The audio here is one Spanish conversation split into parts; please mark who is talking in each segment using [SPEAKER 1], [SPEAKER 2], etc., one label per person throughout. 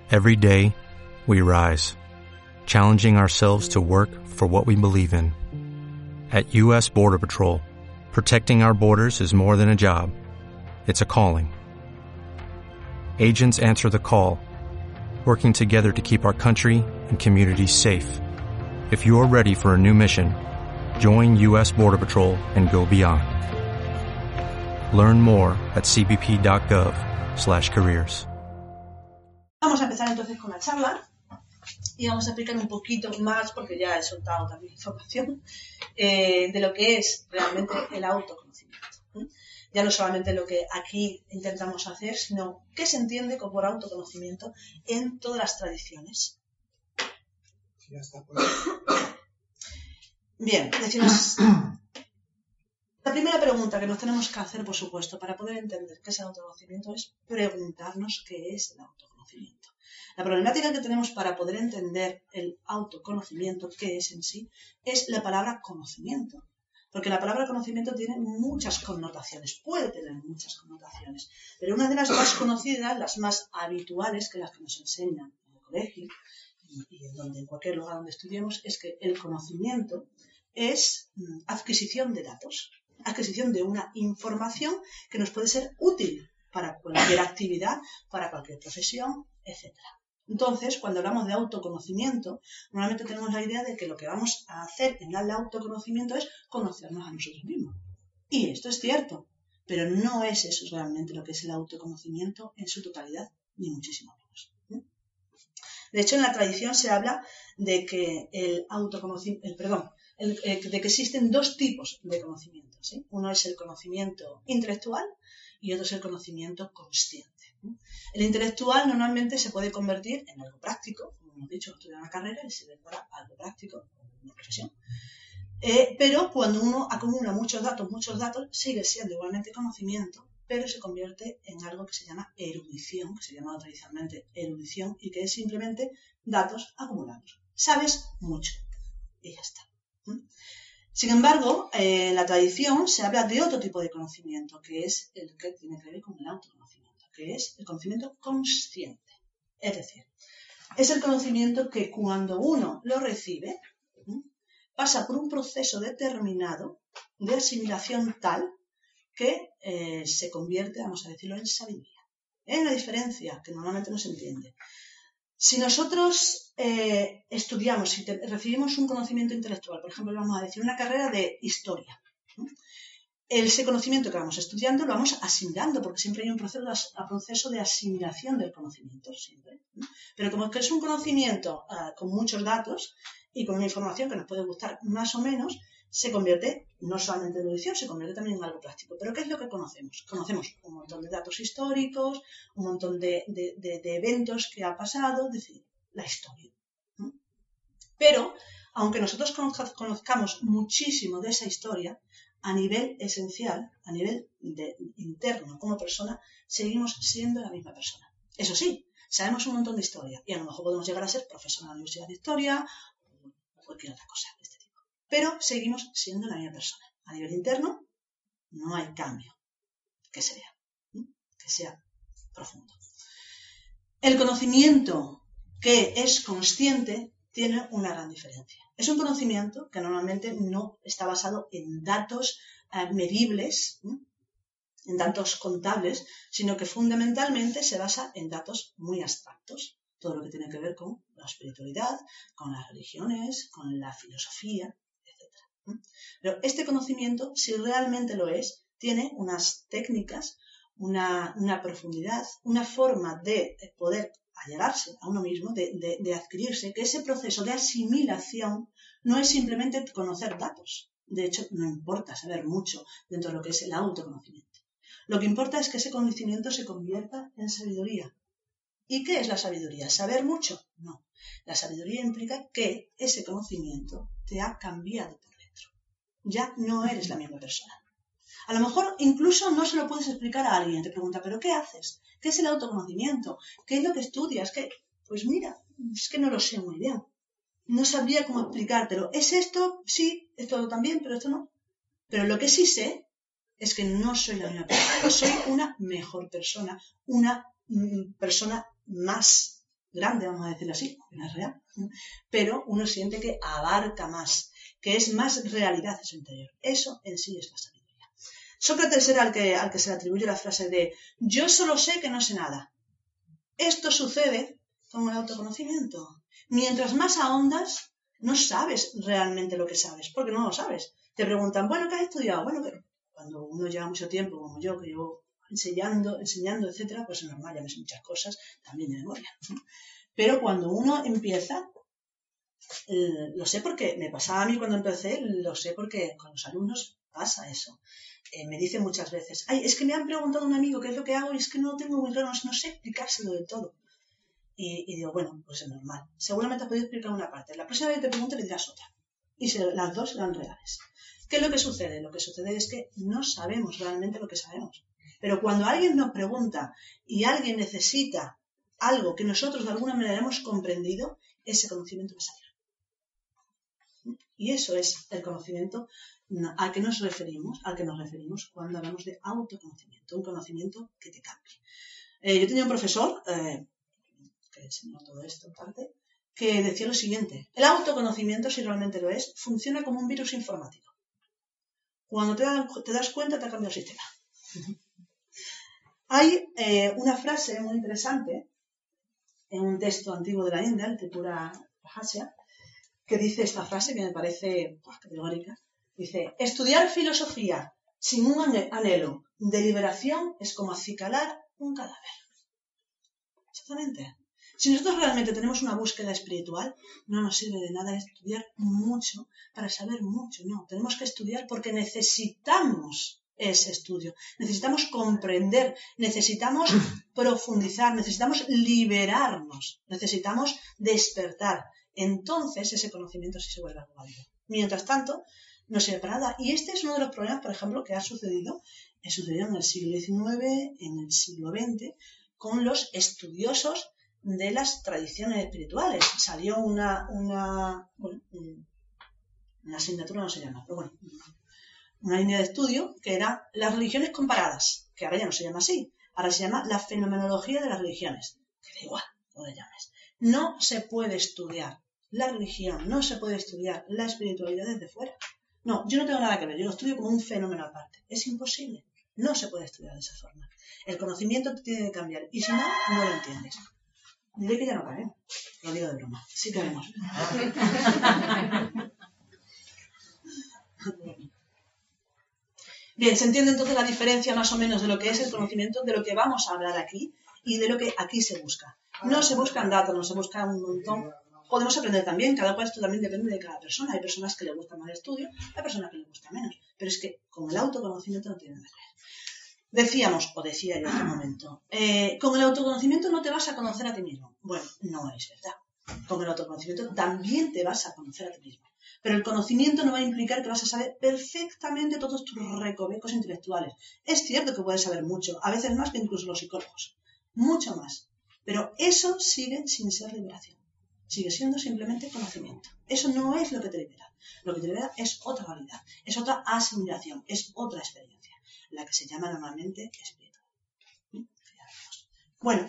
[SPEAKER 1] Every day, we rise, challenging ourselves to work for what we believe in. At U.S. Border Patrol, protecting our borders is more than a job. It's a calling. Agents answer the call, working together to keep our country and communities safe. If you're ready for a new mission, join U.S. Border Patrol and go beyond. Learn more at cbp.gov/careers.
[SPEAKER 2] Vamos a empezar entonces con la charla y vamos a explicar un poquito más, porque ya he soltado también información, de lo que es realmente el autoconocimiento. Ya no solamente lo que aquí intentamos hacer, sino qué se entiende por autoconocimiento en todas las tradiciones.
[SPEAKER 3] Ya está por ahí.
[SPEAKER 2] Bien, decimos, la primera pregunta que nos tenemos que hacer, por supuesto, para poder entender qué es el autoconocimiento es preguntarnos qué es el autoconocimiento. La problemática que tenemos para poder entender el autoconocimiento, qué es en sí, es la palabra conocimiento. Porque la palabra conocimiento tiene muchas connotaciones, puede tener muchas connotaciones, pero una de las más conocidas, las más habituales, que las que nos enseñan en el colegio y en cualquier lugar donde estudiemos, es que el conocimiento es adquisición de datos, adquisición de una información que nos puede ser útil para cualquier actividad, para cualquier profesión, etc. Entonces, cuando hablamos de autoconocimiento, normalmente tenemos la idea de que lo que vamos a hacer en el autoconocimiento es conocernos a nosotros mismos. Y esto es cierto, pero no es eso realmente lo que es el autoconocimiento en su totalidad, ni muchísimo menos. De hecho, en la tradición se habla de que de que existen dos tipos de conocimiento, ¿sí? Uno es el conocimiento intelectual y otro es el conocimiento consciente. El intelectual normalmente se puede convertir en algo práctico, como hemos dicho, estudiar una carrera y sirve para algo práctico, una profesión. Pero cuando uno acumula muchos datos, sigue siendo igualmente conocimiento, pero se convierte en algo que se llama erudición, que se llama tradicionalmente erudición, y que es simplemente datos acumulados. Sabes mucho y ya está. Sin embargo, en la tradición se habla de otro tipo de conocimiento, que es el que tiene que ver con el autoconocimiento, que es el conocimiento consciente. Es decir, es el conocimiento que cuando uno lo recibe, pasa por un proceso determinado de asimilación tal que se convierte, vamos a decirlo, en sabiduría. Hay una diferencia que normalmente no se entiende. Si nosotros estudiamos, si recibimos un conocimiento intelectual, por ejemplo, vamos a decir una carrera de historia, ese conocimiento que vamos estudiando lo vamos asimilando, porque siempre hay un proceso de asimilación del conocimiento, siempre. Pero como que es un conocimiento con muchos datos y con una información que nos puede gustar más o menos, se convierte no solamente en erudición, se convierte también en algo práctico. ¿Pero qué es lo que conocemos? Conocemos un montón de datos históricos, un montón de eventos que ha pasado, es decir, la historia. Pero, aunque nosotros conozcamos muchísimo de esa historia, a nivel esencial, a nivel interno como persona, seguimos siendo la misma persona. Eso sí, sabemos un montón de historia y a lo mejor podemos llegar a ser profesor en la Universidad de Historia o cualquier otra cosa de este tipo. Pero seguimos siendo la misma persona. A nivel interno no hay cambio que sea profundo. El conocimiento que es consciente tiene una gran diferencia. Es un conocimiento que normalmente no está basado en datos medibles, en datos contables, sino que fundamentalmente se basa en datos muy abstractos. Todo lo que tiene que ver con la espiritualidad, con las religiones, con la filosofía, etc. Pero este conocimiento, si realmente lo es, tiene unas técnicas, una profundidad, una forma de poder allegarse a uno mismo, de adquirirse, que ese proceso de asimilación no es simplemente conocer datos. De hecho, no importa saber mucho dentro de lo que es el autoconocimiento. Lo que importa es que ese conocimiento se convierta en sabiduría. ¿Y qué es la sabiduría? ¿Saber mucho? No. La sabiduría implica que ese conocimiento te ha cambiado por dentro. Ya no eres la misma persona. A lo mejor incluso no se lo puedes explicar a alguien. Te pregunta, ¿pero qué haces? ¿Qué es el autoconocimiento? ¿Qué es lo que estudias? Pues mira, es que no lo sé muy bien. No sabría cómo explicártelo. ¿Es esto? Sí, esto también, pero esto no. Pero lo que sí sé es que no soy la misma persona. Soy una mejor persona, una persona más grande, vamos a decirlo así, porque no es real, pero uno siente que abarca más, que es más realidad en su interior. Eso en sí es la sabiduría. Sócrates era al que se le atribuye la frase de yo solo sé que no sé nada. Esto sucede con el autoconocimiento. Mientras más ahondas, no sabes realmente lo que sabes, porque no lo sabes. Te preguntan, bueno, ¿qué has estudiado? Bueno, pero cuando uno lleva mucho tiempo, como yo, que llevo enseñando, etcétera, pues es normal, ya me sé muchas cosas, también de memoria. Pero cuando uno empieza, lo sé porque me pasaba a mí cuando empecé, lo sé porque con los alumnos pasa eso. Me dicen muchas veces, ay, es que me han preguntado un amigo qué es lo que hago y es que no lo tengo muy claro, no sé explicárselo del todo. Y digo, bueno, pues es normal. Seguramente has podido explicar una parte. La próxima vez que te pregunte le dirás otra. Y las dos serán reales. ¿Qué es lo que sucede? Lo que sucede es que no sabemos realmente lo que sabemos. Pero cuando alguien nos pregunta y alguien necesita algo que nosotros de alguna manera hemos comprendido, ese conocimiento va a salir. Y eso es el conocimiento al que nos referimos cuando hablamos de autoconocimiento, un conocimiento que te cambie. Yo tenía un profesor que enseñó todo esto en parte, que decía lo siguiente: el autoconocimiento, si realmente lo es, funciona como un virus informático. Cuando te das cuenta, te ha cambiado el sistema. Hay una frase muy interesante en un texto antiguo de la India, el Tripura Rahasya, que dice esta frase que me parece categórica. Dice, estudiar filosofía sin un anhelo de liberación es como acicalar un cadáver. Exactamente. Si nosotros realmente tenemos una búsqueda espiritual, no nos sirve de nada estudiar mucho para saber mucho. No, tenemos que estudiar porque necesitamos ese estudio. Necesitamos comprender, necesitamos profundizar, necesitamos liberarnos, necesitamos despertar. Entonces ese conocimiento sí se vuelve algo válido. Mientras tanto, no sirve para nada. Y este es uno de los problemas, por ejemplo, que ha sucedido en el siglo XIX, en el siglo XX, con los estudiosos de las tradiciones espirituales. Salió una asignatura, no se llama, pero bueno, una línea de estudio que era las religiones comparadas, que ahora ya no se llama así, ahora se llama la fenomenología de las religiones, que da igual cómo le llames. No se puede estudiar la religión, no se puede estudiar la espiritualidad desde fuera. No, yo no tengo nada que ver, yo lo estudio como un fenómeno aparte. Es imposible, no se puede estudiar de esa forma. El conocimiento te tiene que cambiar y si no, no lo entiendes. Diré que ya no cabemos, lo digo de broma, sí cabemos. Bien, se entiende entonces la diferencia más o menos de lo que es el conocimiento, de lo que vamos a hablar aquí y de lo que aquí se busca. No se buscan datos, no se busca un montón. Podemos aprender también, cada cual, esto también depende de cada persona. Hay personas que le gusta más el estudio, hay personas que le gusta menos. Pero es que con el autoconocimiento no tiene nada que ver. Decíamos, o decía yo hace un momento, con el autoconocimiento no te vas a conocer a ti mismo. Bueno, no es verdad. Con el autoconocimiento también te vas a conocer a ti mismo. Pero el conocimiento no va a implicar que vas a saber perfectamente todos tus recovecos intelectuales. Es cierto que puedes saber mucho, a veces más que incluso los psicólogos. Mucho más. Pero eso sigue sin ser liberación. Sigue siendo simplemente conocimiento. Eso no es lo que te libera. Lo que te libera es otra realidad, es otra asimilación, es otra experiencia, la que se llama normalmente espiritual. Bueno,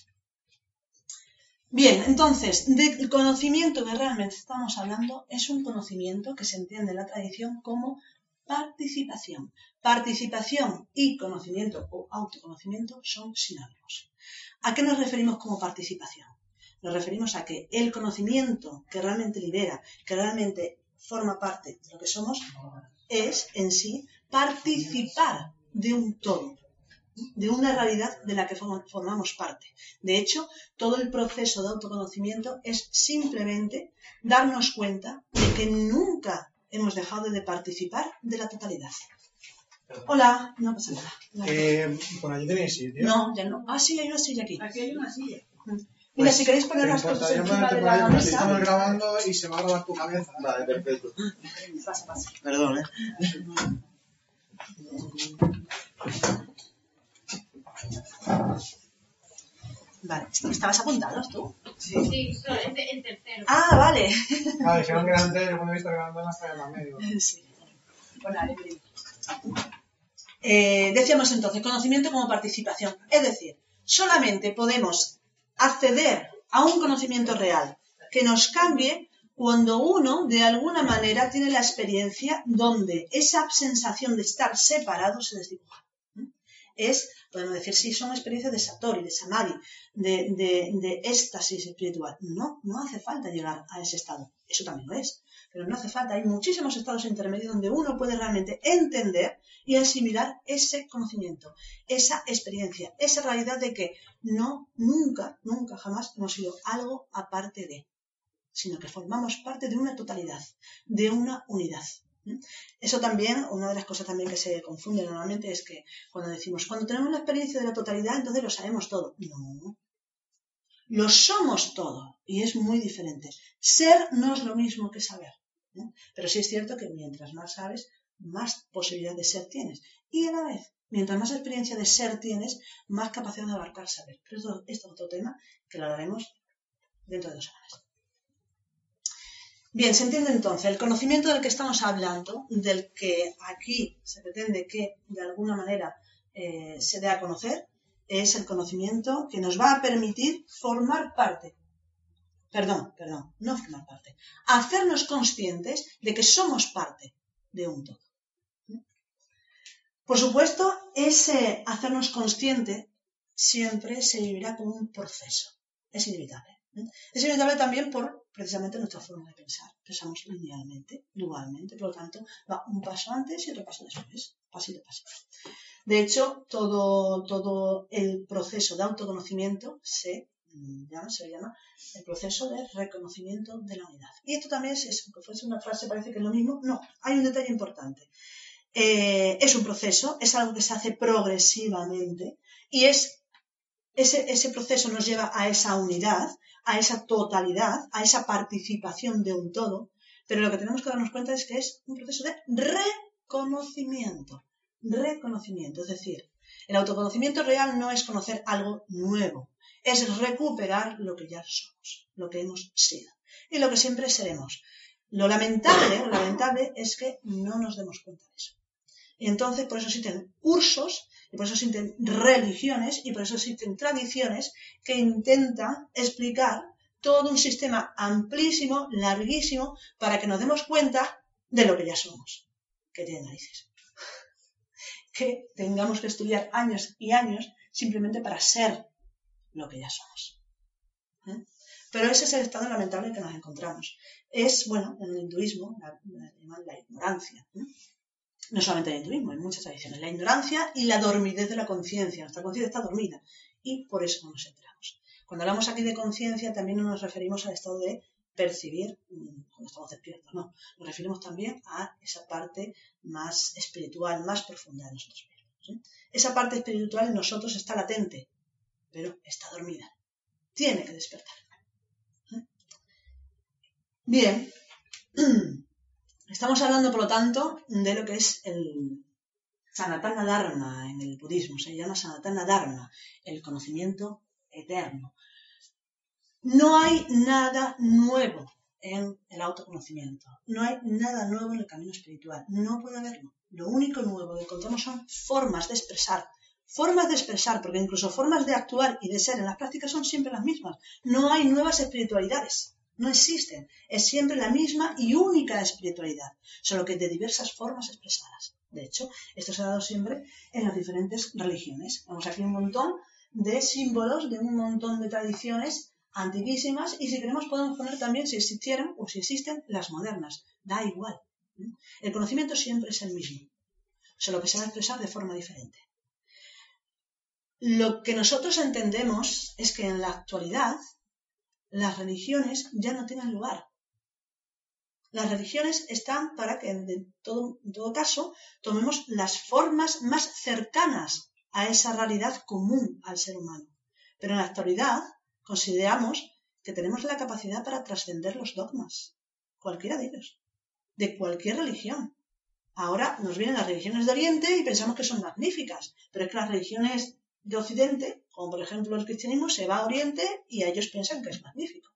[SPEAKER 2] bien, entonces, del conocimiento que realmente estamos hablando es un conocimiento que se entiende en la tradición como participación. Participación y conocimiento o autoconocimiento son sinónimos. ¿A qué nos referimos como participación? Nos referimos a que el conocimiento que realmente libera, que realmente forma parte de lo que somos, es en sí participar de un todo, de una realidad de la que formamos parte. De hecho, todo el proceso de autoconocimiento es simplemente darnos cuenta de que nunca hemos dejado de participar de la totalidad. Hola, no pasa nada.
[SPEAKER 3] Por allí tenéis sitio.
[SPEAKER 2] No, ya no. Ah, sí, hay una silla aquí.
[SPEAKER 4] Aquí hay una silla.
[SPEAKER 2] Mira, si queréis poner las cosas encima de la mesa.
[SPEAKER 3] Estamos grabando y se va a grabar tu cabeza.
[SPEAKER 4] Vale, perfecto.
[SPEAKER 2] Pasa.
[SPEAKER 4] Perdón,
[SPEAKER 2] Vale, ¿estabas apuntados tú?
[SPEAKER 5] Sí, solo en tercero.
[SPEAKER 2] Ah, vale.
[SPEAKER 3] Vale, dijeron que antes, yo cuando he visto grabando hasta en la medio.
[SPEAKER 2] Sí. Bueno, decíamos entonces, conocimiento como participación. Es decir, solamente podemos acceder a un conocimiento real, que nos cambie cuando uno, de alguna manera, tiene la experiencia donde esa sensación de estar separado se desdibuja. Podemos decir, sí, son experiencias de satori, de samadhi, de éxtasis espiritual. No hace falta llegar a ese estado. Eso también lo es. Pero no hace falta. Hay muchísimos estados intermedios donde uno puede realmente entender y asimilar ese conocimiento, esa experiencia, esa realidad de que nunca, jamás hemos sido algo aparte de, sino que formamos parte de una totalidad, de una unidad. Eso también, una de las cosas también que se confunde normalmente es que cuando decimos, cuando tenemos la experiencia de la totalidad, entonces lo sabemos todo. No, lo somos todo y es muy diferente. Ser no es lo mismo que saber, pero sí es cierto que mientras más sabes, más posibilidad de ser tienes. Y a la vez, mientras más experiencia de ser tienes, más capacidad de abarcar saber. Pero esto es otro tema que lo hablaremos dentro de 2 semanas. Bien, se entiende entonces, el conocimiento del que estamos hablando, del que aquí se pretende que de alguna manera se dé a conocer, es el conocimiento que nos va a permitir formar parte, no formar parte, hacernos conscientes de que somos parte de un todo. Por supuesto, ese hacernos consciente siempre se vivirá como un proceso, es inevitable. Es inevitable también por precisamente nuestra forma de pensar. Pensamos linealmente, dualmente, por lo tanto, va un paso antes y otro paso después, pasito a pasito. De hecho, todo el proceso de autoconocimiento se llama el proceso de reconocimiento de la unidad. Y esto también, aunque fuese una frase, parece que es lo mismo. No, hay un detalle importante. Es un proceso, es algo que se hace progresivamente y ese proceso nos lleva a esa unidad, a esa totalidad, a esa participación de un todo, pero lo que tenemos que darnos cuenta es que es un proceso de reconocimiento, es decir, el autoconocimiento real no es conocer algo nuevo, es recuperar lo que ya somos, lo que hemos sido y lo que siempre seremos. Lo lamentable es que no nos demos cuenta de eso. Y entonces por eso existen cursos, y por eso existen religiones, y por eso existen tradiciones que intentan explicar todo un sistema amplísimo, larguísimo, para que nos demos cuenta de lo que ya somos. Que tiene narices. Que tengamos que estudiar años y años simplemente para ser lo que ya somos. Pero ese es el estado lamentable en que nos encontramos. Es, en el hinduismo, la ignorancia. No solamente en el hinduismo, en muchas tradiciones. La ignorancia y la dormidez de la conciencia. Nuestra conciencia está dormida y por eso no nos enteramos. Cuando hablamos aquí de conciencia también no nos referimos al estado de percibir cuando estamos despiertos, no. Nos referimos también a esa parte más espiritual, más profunda de nosotros mismos. ¿Sí? Esa parte espiritual en nosotros está latente, pero está dormida. Tiene que despertar. Bien. Estamos hablando, por lo tanto, de lo que es el Sanatana Dharma en el budismo. Se llama Sanatana Dharma, el conocimiento eterno. No hay nada nuevo en el autoconocimiento. No hay nada nuevo en el camino espiritual. No puede haberlo. Lo único nuevo que encontramos son formas de expresar. Formas de expresar, porque incluso formas de actuar y de ser en las prácticas son siempre las mismas. No hay nuevas espiritualidades. No existen. Es siempre la misma y única espiritualidad, solo que de diversas formas expresadas. De hecho, esto se ha dado siempre en las diferentes religiones. Vemos aquí un montón de símbolos, de un montón de tradiciones antiquísimas, y si queremos podemos poner también si existieran o si existen las modernas. Da igual. El conocimiento siempre es el mismo, solo que se va a expresar de forma diferente. Lo que nosotros entendemos es que en la actualidad las religiones ya no tienen lugar. Las religiones están para que, en todo caso, tomemos las formas más cercanas a esa realidad común al ser humano. Pero en la actualidad consideramos que tenemos la capacidad para trascender los dogmas, cualquiera de ellos, de cualquier religión. Ahora nos vienen las religiones de Oriente y pensamos que son magníficas, pero es que las religiones de Occidente, como por ejemplo el cristianismo, se va a Oriente y ellos piensan que es magnífico.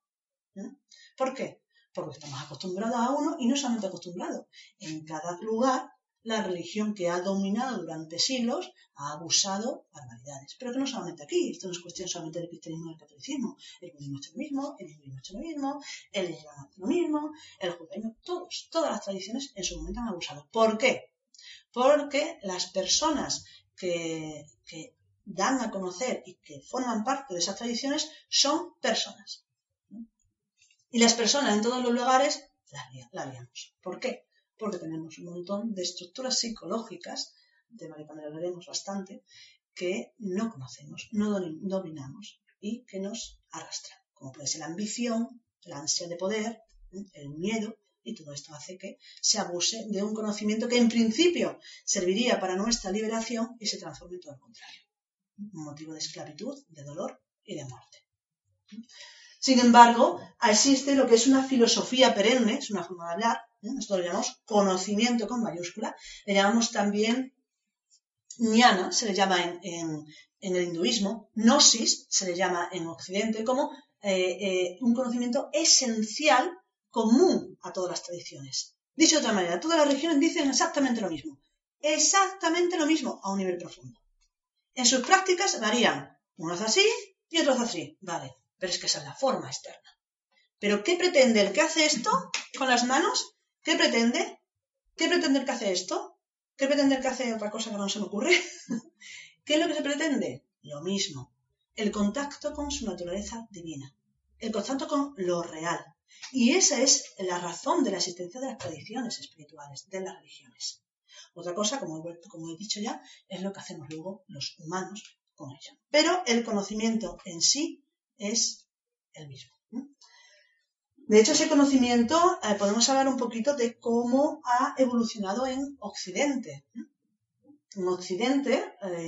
[SPEAKER 2] ¿Por qué? Porque estamos acostumbrados a uno y no solamente acostumbrados. En cada lugar la religión que ha dominado durante siglos ha abusado barbaridades. Pero que no solamente aquí, esto no es cuestión solamente del cristianismo y del catolicismo. El budismo ha hecho lo mismo, el hinduismo ha hecho lo mismo, el islam ha hecho lo mismo, el judaísmo, todas las tradiciones en su momento han abusado. ¿Por qué? Porque las personas que dan a conocer y que forman parte de esas tradiciones son personas. Y las personas en todos los lugares la liamos. ¿Por qué? Porque tenemos un montón de estructuras psicológicas, tema que también hablaremos bastante, que no conocemos, no dominamos y que nos arrastran. Como puede ser la ambición, la ansia de poder, el miedo, y todo esto hace que se abuse de un conocimiento que en principio serviría para nuestra liberación y se transforme en todo lo contrario. Un motivo de esclavitud, de dolor y de muerte. Sin embargo, existe lo que es una filosofía perenne, es una forma de hablar, esto lo llamamos conocimiento con mayúscula, le llamamos también jnana, se le llama en el hinduismo, gnosis se le llama en Occidente, como un conocimiento esencial común a todas las tradiciones. Dicho de otra manera, todas las religiones dicen exactamente lo mismo a un nivel profundo. En sus prácticas varían, unos así y otros así, vale, pero es que esa es la forma externa. ¿Pero qué pretende el que hace esto con las manos? ¿Qué pretende? ¿Qué pretende el que hace esto? ¿Qué pretende el que hace otra cosa que no se me ocurre? ¿Qué es lo que se pretende? Lo mismo, el contacto con su naturaleza divina, el contacto con lo real. Y esa es la razón de la existencia de las tradiciones espirituales, de las religiones. Otra cosa, como he dicho ya, es lo que hacemos luego los humanos con ello. Pero el conocimiento en sí es el mismo. De hecho, ese conocimiento podemos hablar un poquito de cómo ha evolucionado en Occidente. En Occidente,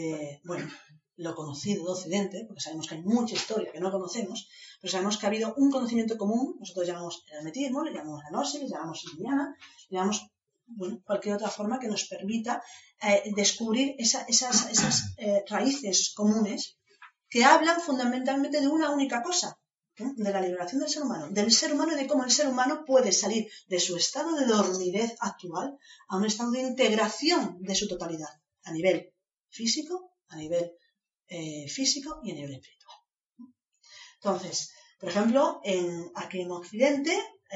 [SPEAKER 2] lo conocido de Occidente, porque sabemos que hay mucha historia que no conocemos, pero sabemos que ha habido un conocimiento común, nosotros llamamos el hermetismo, le llamamos la gnosis, le llamamos jnana, le llamamos cualquier otra forma que nos permita descubrir esas raíces comunes que hablan fundamentalmente de una única cosa, de la liberación del ser humano y de cómo el ser humano puede salir de su estado de dormidez actual a un estado de integración de su totalidad, a nivel físico y a nivel espiritual. Entonces, por ejemplo, aquí en Occidente,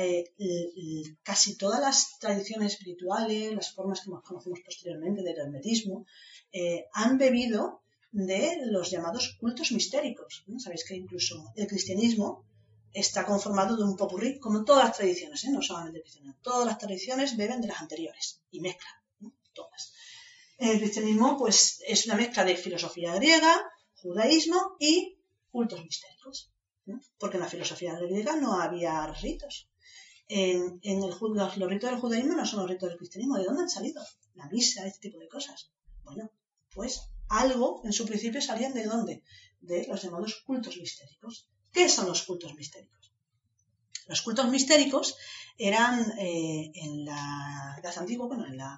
[SPEAKER 2] casi todas las tradiciones espirituales, las formas que conocemos posteriormente del hermetismo, han bebido de los llamados cultos mistéricos. Sabéis que incluso el cristianismo está conformado de un popurrí, como todas las tradiciones, no solamente el cristianismo. Todas las tradiciones beben de las anteriores y mezclan, todas. El cristianismo pues, es una mezcla de filosofía griega, judaísmo y cultos mistéricos. Porque en la filosofía griega no había ritos. Los ritos del judaísmo no son los ritos del cristianismo. ¿De dónde han salido? La misa, este tipo de cosas. Bueno, pues algo en su principio salían de ¿dónde? De los llamados cultos mistéricos. ¿Qué son los cultos mistéricos? Los cultos mistéricos eran en la Edad Antigua,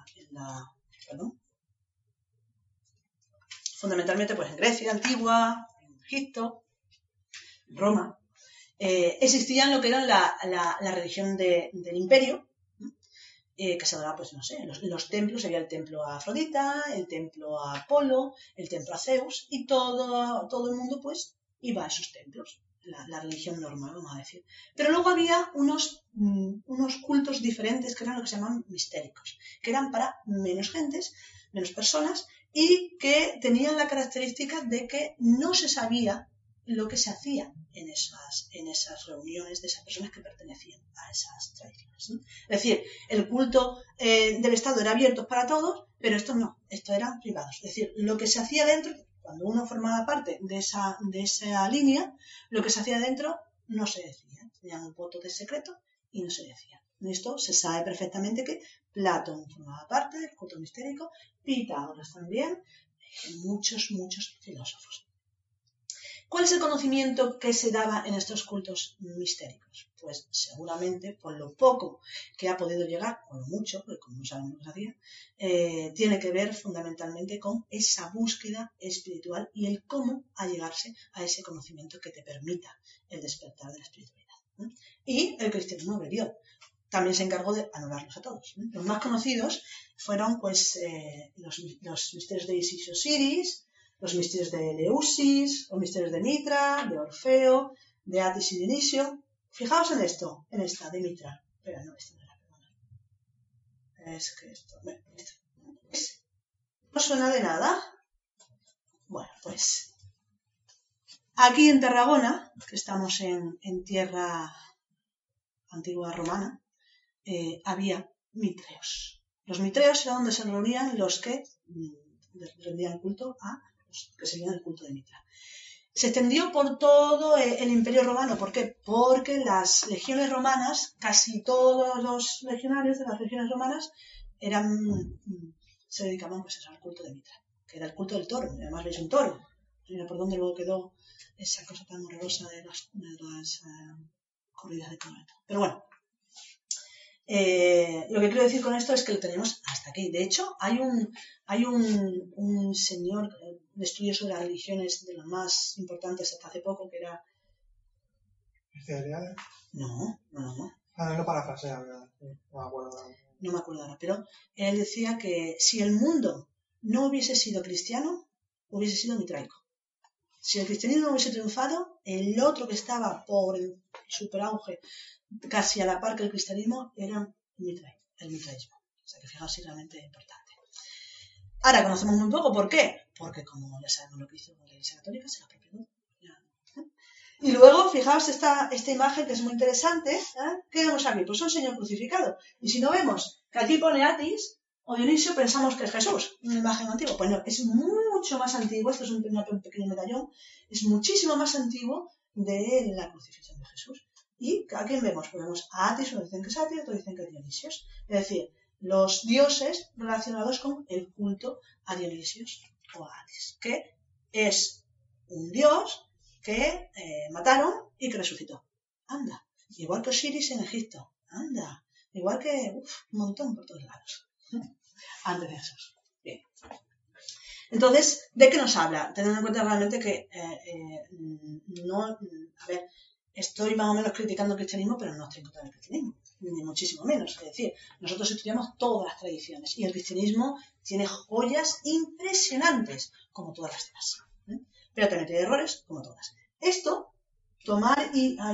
[SPEAKER 2] fundamentalmente pues en Grecia Antigua, en Egipto, en Roma, existían lo que era la religión del imperio, que se adoraba, pues no sé, en los templos había el templo a Afrodita, el templo a Apolo, el templo a Zeus, y todo el mundo pues iba a esos templos, la religión normal, vamos a decir. Pero luego había unos cultos diferentes que eran lo que se llaman mistéricos, que eran para menos gentes, menos personas, y que tenían la característica de que no se sabía lo que se hacía en esas reuniones de esas personas que pertenecían a esas tradiciones, ¿no? Es decir, el culto del Estado era abierto para todos, pero estos no, estos eran privados. Es decir, lo que se hacía dentro, cuando uno formaba parte de esa línea, lo que se hacía dentro no se decía. Tenían un voto de secreto y no se decía. Esto se sabe perfectamente que Platón formaba parte del culto mistérico, Pitágoras también, muchos filósofos. ¿Cuál es el conocimiento que se daba en estos cultos mistéricos? Pues seguramente, por lo poco que ha podido llegar, o lo mucho, porque como no sabemos lo que hacía, tiene que ver fundamentalmente con esa búsqueda espiritual y el cómo allegarse a ese conocimiento que te permita el despertar de la espiritualidad, ¿no? Y el cristianismo bebió también se encargó de anularlos a todos. Los más conocidos fueron pues los misterios de Isis y Osiris, los misterios de Eleusis, los misterios de Mitra, de Orfeo, de Atis y Dionisio. Fijaos en esto, en esta de Mitra. Espera, no, esta no era, perdona. Es que esto, bueno, ¿no suena de nada? Bueno, pues aquí en Tarragona, que estamos en tierra antigua romana, había mitreos. Los mitreos eran donde se reunían los que rendían culto a los que seguían el culto de Mitra. Se extendió por todo el Imperio Romano. ¿Por qué? Porque las legiones romanas, casi todos los legionarios de las legiones romanas se dedicaban pues al culto de Mitra, que era el culto del toro. Y además veis un toro. Mira por dónde luego quedó esa cosa tan horrorosa de las corridas de caballo. Pero bueno, lo que quiero decir con esto es que lo tenemos hasta aquí. De hecho, hay un señor de estudios sobre las religiones de los más importantes hasta hace poco, que era...
[SPEAKER 3] ¿Eliade?
[SPEAKER 2] No.
[SPEAKER 3] No parafrasea, ¿verdad? No me acuerdo.
[SPEAKER 2] No me acuerdo ahora, pero él decía que si el mundo no hubiese sido cristiano, hubiese sido mitraico. Si el cristianismo no hubiese triunfado, el otro que estaba por el superauge, casi a la par que el cristianismo, era el mitraísmo. O sea que fijaos si realmente es importante. Ahora conocemos muy poco, ¿por qué? Porque como ya sabemos lo que hizo la Iglesia Católica, se la apropió. Y luego, fijaos esta imagen que es muy interesante. ¿Qué vemos aquí? Pues un señor crucificado. Y si no vemos que aquí pone Atis o Dionisio, pensamos que es Jesús, una imagen antigua. Pues no, es mucho más antiguo. Esto es un pequeño medallón. Es muchísimo más antiguo de la crucifixión de Jesús. ¿Y a quién vemos? Pues vemos a Atis, unos dicen que es Atis, otros dicen que es Dionisios. Es decir, los dioses relacionados con el culto a Dionisios o a Atis, que es un dios que mataron y que resucitó. Anda. Igual que Osiris en Egipto. Anda. Igual que un montón por todos lados. Antes de Jesús. Bien. Entonces, ¿de qué nos habla? Teniendo en cuenta realmente que estoy más o menos criticando el cristianismo, pero no estoy en contra del cristianismo, ni muchísimo menos. Es decir, nosotros estudiamos todas las tradiciones y el cristianismo tiene joyas impresionantes, como todas las demás. Pero también tiene errores, como todas. Esto, tomar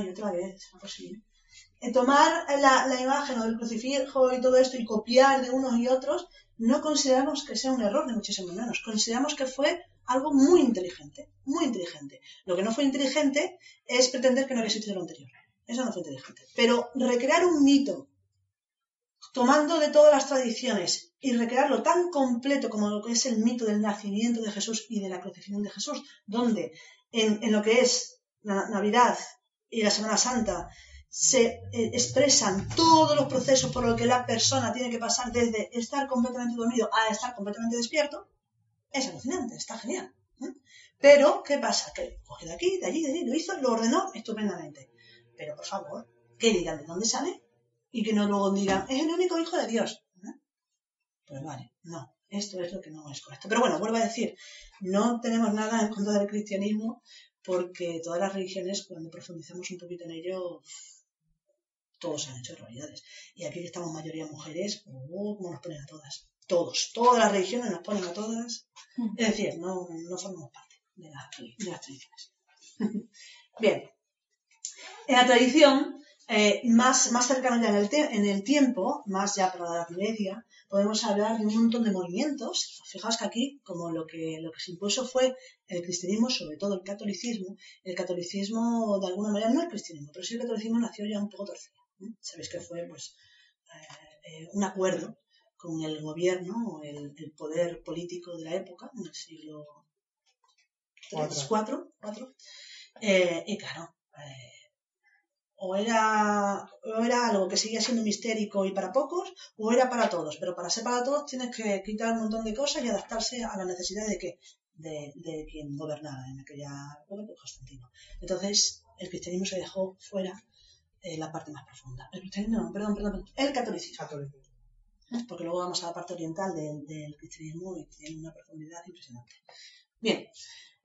[SPEAKER 2] la imagen o el crucifijo y todo esto y copiar de unos y otros, no consideramos que sea un error, ni muchísimo menos. Consideramos que fue algo muy inteligente, muy inteligente. Lo que no fue inteligente es pretender que no había existido lo anterior. Eso no fue inteligente. Pero recrear un mito, tomando de todas las tradiciones y recrearlo tan completo como lo que es el mito del nacimiento de Jesús y de la crucifixión de Jesús, donde en lo que es la Navidad y la Semana Santa se expresan todos los procesos por los que la persona tiene que pasar desde estar completamente dormido a estar completamente despierto, es alucinante, está genial. Pero, ¿qué pasa? Que coge de aquí, de allí, lo hizo, lo ordenó estupendamente. Pero, por favor, que digan de dónde sale y que no luego digan, es el único hijo de Dios. Pues vale, no, esto es lo que no es correcto. Pero bueno, vuelvo a decir, no tenemos nada en contra del cristianismo porque todas las religiones, cuando profundizamos un poquito en ello, todos han hecho realidades. Y aquí que estamos mayoría mujeres, ¿cómo nos ponen a todas? Todas las religiones nos ponen a todas. Es decir, no formamos parte de las tradiciones. Bien, en la tradición, más cercano ya en el tiempo, más ya para la Edad Media, podemos hablar de un montón de movimientos. Fijaos que aquí, como lo que se impuso fue el cristianismo, sobre todo el catolicismo de alguna manera, no el cristianismo, pero sí el catolicismo nació ya un poco torcido. Sabéis que fue un acuerdo con el gobierno, el poder político de la época, en el siglo IV. Y claro, o era algo que seguía siendo mistérico y para pocos, o era para todos. Pero para ser para todos tienes que quitar un montón de cosas y adaptarse a las necesidades de quien gobernaba en aquella época, Constantino. Entonces, el cristianismo se dejó fuera la parte más profunda. El catolicismo. Porque luego vamos a la parte oriental del cristianismo y tiene una profundidad impresionante. Bien,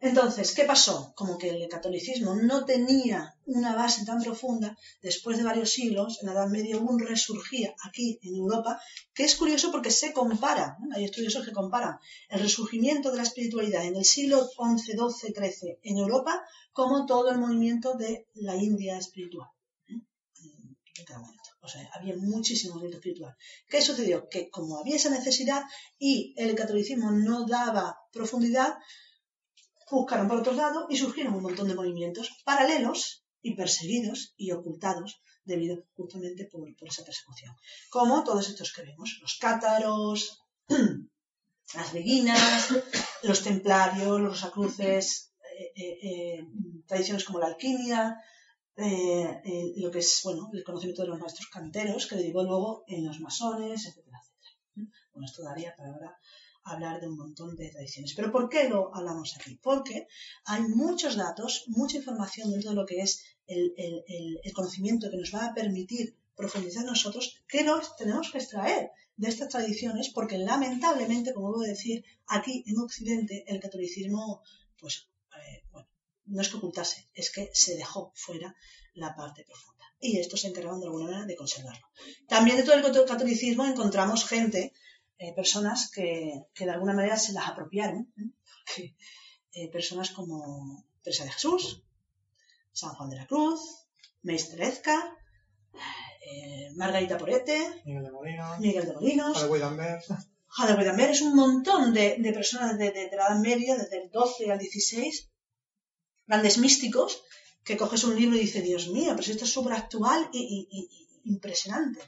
[SPEAKER 2] Entonces, ¿qué pasó? Como que el catolicismo no tenía una base tan profunda, después de varios siglos, en la Edad Media hubo un resurgir aquí en Europa, que es curioso porque se compara, ¿no? Hay estudiosos que comparan el resurgimiento de la espiritualidad en el siglo XI, XII, XIII en Europa, como todo el movimiento de la India espiritual. En cada momento. O sea, había muchísimo movimiento espiritual. ¿Qué sucedió? Que como había esa necesidad y el catolicismo no daba profundidad, buscaron por otros lados y surgieron un montón de movimientos paralelos y perseguidos y ocultados debido justamente por esa persecución. Como todos estos que vemos, los cátaros, las beguinas, los templarios, los rosacruces, tradiciones como la alquimia, lo que es, bueno, el conocimiento de los maestros canteros, que derivó luego en los masones, etcétera, etcétera. Bueno, esto daría para ahora hablar de un montón de tradiciones. ¿Pero por qué lo hablamos aquí? Porque hay muchos datos, mucha información dentro de lo que es el conocimiento que nos va a permitir profundizar nosotros, que los tenemos que extraer de estas tradiciones, porque lamentablemente, como voy a decir, aquí en Occidente el catolicismo, pues, bueno, no es que ocultase, es que se dejó fuera la parte profunda. Y estos se encargaron de alguna manera de conservarlo. También dentro del catolicismo encontramos gente, personas que de alguna manera se las apropiaron, personas como Teresa de Jesús, San Juan de la Cruz, Meister Ezca, Margarita Porete, Miguel de Molinos, Jade D'Ambert, es un montón de personas de la Edad Media, desde el 12 al 16, grandes místicos, que coges un libro y dices, Dios mío, pero esto es súper actual y impresionante.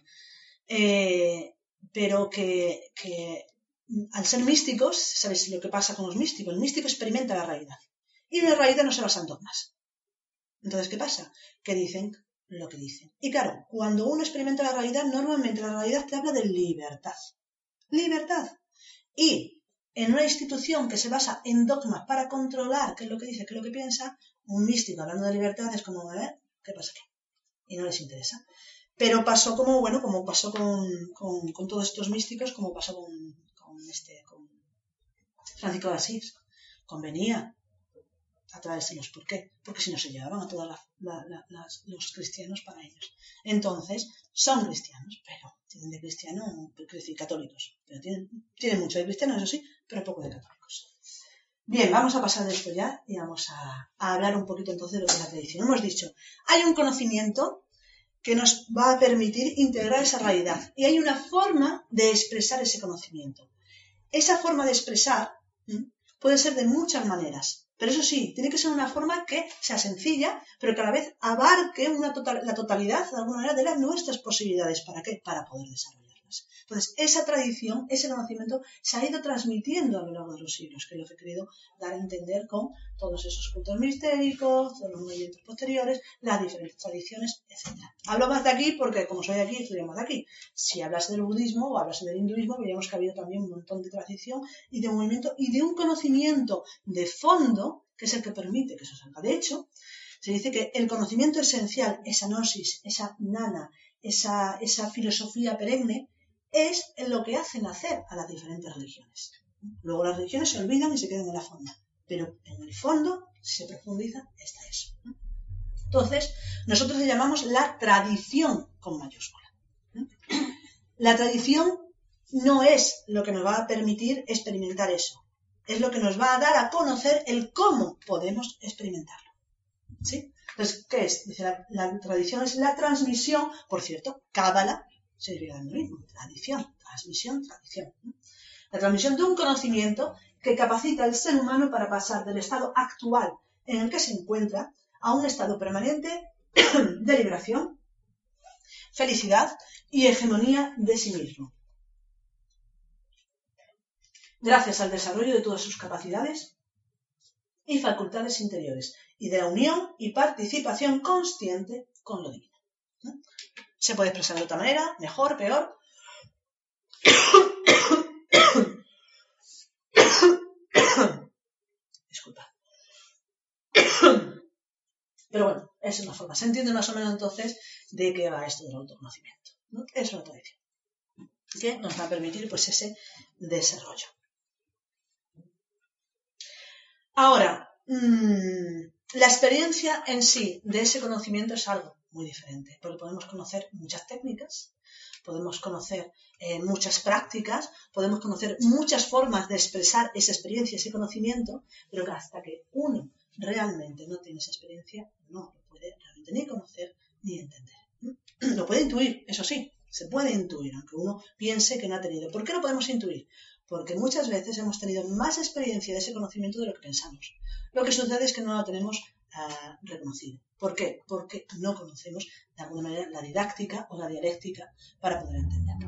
[SPEAKER 2] Pero que al ser místicos, ¿sabéis lo que pasa con los místicos? El místico experimenta la realidad. Y la realidad no se basa en dogmas. Entonces, ¿qué pasa? Que dicen lo que dicen. Y claro, cuando uno experimenta la realidad, normalmente la realidad te habla de libertad. Libertad. Y en una institución que se basa en dogmas para controlar qué es lo que dice, qué es lo que piensa, un místico hablando de libertad es como, ¿qué pasa aquí? Y no les interesa. Pero pasó como, bueno, como pasó con todos estos místicos, como pasó con Francisco de Asís. Convenía atraérselos. ¿Por qué? Porque si no se llevaban a todos los cristianos para ellos. Entonces, son cristianos, pero tienen de cristiano, quiero decir, católicos. Pero tienen mucho de cristianos, eso sí, pero poco de católicos. Bien, vamos a pasar de esto ya y vamos a hablar un poquito entonces de lo que es la tradición. Hemos dicho, hay un conocimiento que nos va a permitir integrar esa realidad. Y hay una forma de expresar ese conocimiento. Esa forma de expresar puede ser de muchas maneras, pero eso sí, tiene que ser una forma que sea sencilla, pero que a la vez abarque la totalidad, de alguna manera, de nuestras posibilidades. ¿Para qué? Para poder desarrollarlas. Entonces, esa tradición, ese conocimiento, se ha ido transmitiendo a lo largo de los siglos, que es lo que he querido dar a entender con todos esos cultos mistéricos, todos los movimientos posteriores, las diferentes tradiciones, etc. Hablo más de aquí porque, como soy de aquí, estudio más de aquí. Si hablase del budismo o hablase del hinduismo, veríamos que ha habido también un montón de tradición y de movimiento y de un conocimiento de fondo, que es el que permite que eso salga. De hecho, se dice que el conocimiento esencial, esa gnosis, esa nana, esa filosofía perenne, es lo que hace nacer a las diferentes religiones. Luego las religiones se olvidan y se quedan en la forma, pero en el fondo, si se profundiza, está eso. Entonces, nosotros le llamamos la tradición con mayúscula. La tradición no es lo que nos va a permitir experimentar eso, es lo que nos va a dar a conocer el cómo podemos experimentarlo. ¿Sí? Entonces, ¿qué es? Dice, la tradición es la transmisión, por cierto, cábala, significa lo mismo, tradición, transmisión, tradición. La transmisión de un conocimiento que capacita al ser humano para pasar del estado actual en el que se encuentra a un estado permanente de liberación, felicidad y hegemonía de sí mismo. Gracias al desarrollo de todas sus capacidades y facultades interiores y de la unión y participación consciente con lo divino. Se puede expresar de otra manera, mejor, peor. Disculpa. Pero bueno, es una forma. Se entiende más o menos entonces de qué va esto del autoconocimiento, ¿no? Es una tradición que nos va a permitir pues ese desarrollo. Ahora, la experiencia en sí de ese conocimiento es algo muy diferente, porque podemos conocer muchas técnicas, podemos conocer muchas prácticas, podemos conocer muchas formas de expresar esa experiencia, ese conocimiento, pero que hasta que uno realmente no tiene esa experiencia, no lo puede realmente ni conocer ni entender. Lo puede intuir, eso sí, se puede intuir, aunque uno piense que no ha tenido. ¿Por qué lo podemos intuir? Porque muchas veces hemos tenido más experiencia de ese conocimiento de lo que pensamos. Lo que sucede es que no lo tenemos reconocido. ¿Por qué? Porque no conocemos de alguna manera la didáctica o la dialéctica para poder entenderlo.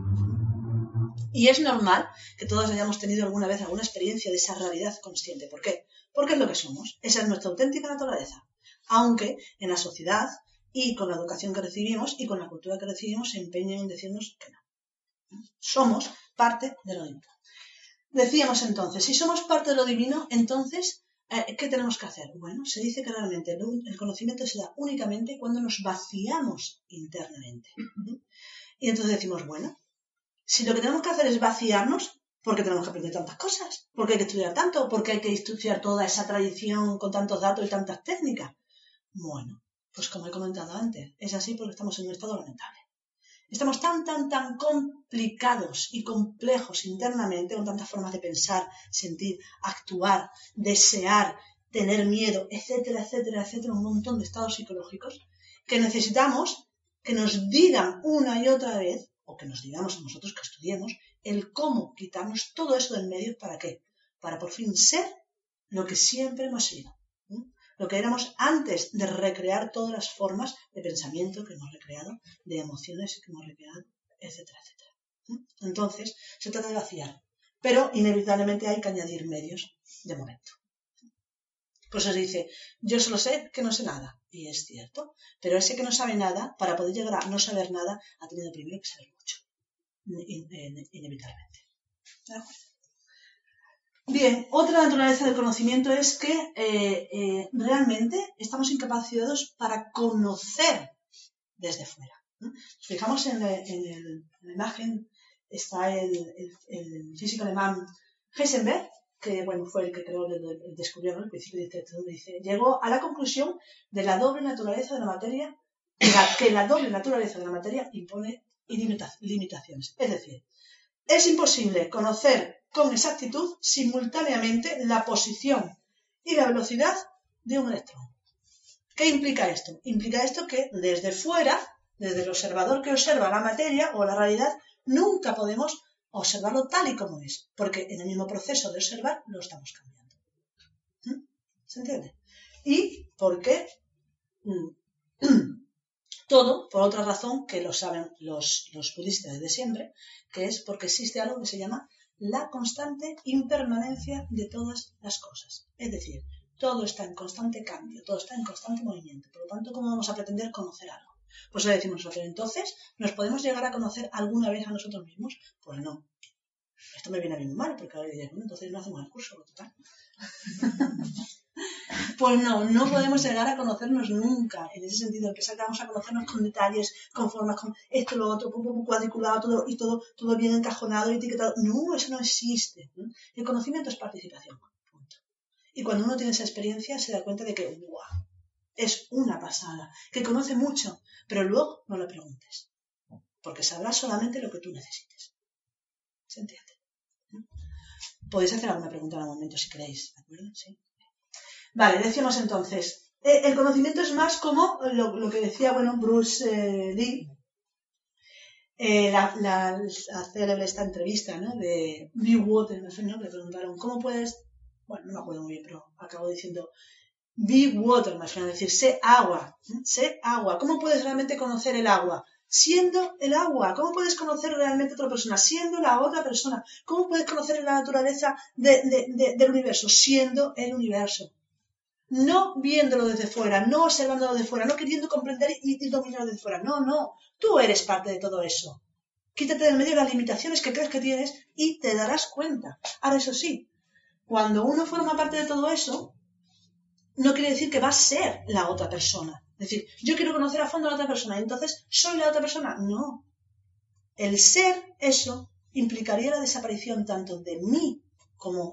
[SPEAKER 2] Y es normal que todos hayamos tenido alguna vez alguna experiencia de esa realidad consciente. ¿Por qué? Porque es lo que somos. Esa es nuestra auténtica naturaleza. Aunque en la sociedad y con la educación que recibimos y con la cultura que recibimos se empeñen en decirnos que no. Somos parte de lo divino. Decíamos entonces, si somos parte de lo divino, entonces, ¿qué tenemos que hacer? Bueno, se dice que realmente el conocimiento se da únicamente cuando nos vaciamos internamente. Y entonces decimos, bueno, si lo que tenemos que hacer es vaciarnos, ¿por qué tenemos que aprender tantas cosas? ¿Por qué hay que estudiar tanto? ¿Por qué hay que estudiar toda esa tradición con tantos datos y tantas técnicas? Bueno, pues como he comentado antes, es así porque estamos en un estado lamentable. Estamos tan complicados y complejos internamente, con tantas formas de pensar, sentir, actuar, desear, tener miedo, etcétera, etcétera, etcétera, un montón de estados psicológicos, que necesitamos que nos digan una y otra vez, o que nos digamos a nosotros que estudiemos, el cómo quitarnos todo eso del medio. ¿Para qué? Para por fin ser lo que siempre hemos sido. Lo que éramos antes de recrear todas las formas de pensamiento que hemos recreado, de emociones que hemos recreado, etcétera, etcétera. Entonces, se trata de vaciar, pero inevitablemente hay que añadir medios de momento. Pues se dice, yo solo sé que no sé nada, y es cierto, pero ese que no sabe nada, para poder llegar a no saber nada, ha tenido primero que saber mucho, inevitablemente. ¿De acuerdo? Bien, otra naturaleza del conocimiento es que realmente estamos incapacitados para conocer desde fuera. Nos fijamos en la imagen, está el físico alemán Heisenberg, que bueno, fue el que creó, el descubrió, ¿no? El principio de incertidumbre, dice, llegó a la conclusión de la doble naturaleza de la materia, que la doble naturaleza de la materia impone limitaciones. Es decir, es imposible conocer con exactitud simultáneamente la posición y la velocidad de un electrón. ¿Qué implica esto? Implica esto que desde fuera, desde el observador que observa la materia o la realidad, nunca podemos observarlo tal y como es, porque en el mismo proceso de observar lo estamos cambiando. ¿Se entiende? Y porque todo, por otra razón que lo saben los budistas desde siempre, que es porque existe algo que se llama la constante impermanencia de todas las cosas. Es decir, todo está en constante cambio, todo está en constante movimiento. Por lo tanto, ¿cómo vamos a pretender conocer algo? Pues le decimos nosotros, entonces, ¿nos podemos llegar a conocer alguna vez a nosotros mismos? Pues no. Esto me viene a mí muy mal, porque ahora dices, bueno, entonces no hacemos el curso, total. Pues no podemos llegar a conocernos nunca. En ese sentido, empezar vamos a conocernos con detalles, con formas, con esto, lo otro, cuadriculado, todo bien encajonado y etiquetado. No, eso no existe. El conocimiento es participación. Punto. Y cuando uno tiene esa experiencia, se da cuenta de que, ¡guau!, es una pasada, que conoce mucho, pero luego no le preguntes, porque sabrás solamente lo que tú necesites. ¿Se entiende? Podéis hacer alguna pregunta en algún momento si queréis, ¿de acuerdo? Sí. Vale, decíamos entonces, el conocimiento es más como lo que decía, bueno, Bruce Lee, la célebre esta entrevista, ¿no?, de Be Water, ¿no?, que le preguntaron, ¿cómo puedes? Bueno, no me acuerdo muy bien, pero acabo diciendo, Be Water, es decir, sé agua, ¿cómo puedes realmente conocer el agua? Siendo el agua. ¿Cómo puedes conocer realmente a otra persona? Siendo la otra persona. ¿Cómo puedes conocer la naturaleza del universo? Siendo el universo. No viéndolo desde fuera, no observándolo de fuera, no queriendo comprender y dominarlo desde fuera. No. Tú eres parte de todo eso. Quítate del medio las limitaciones que crees que tienes y te darás cuenta. Ahora, eso sí, cuando uno forma parte de todo eso, no quiere decir que va a ser la otra persona. Es decir, yo quiero conocer a fondo a la otra persona y entonces soy la otra persona. No. El ser eso implicaría la desaparición tanto de mí como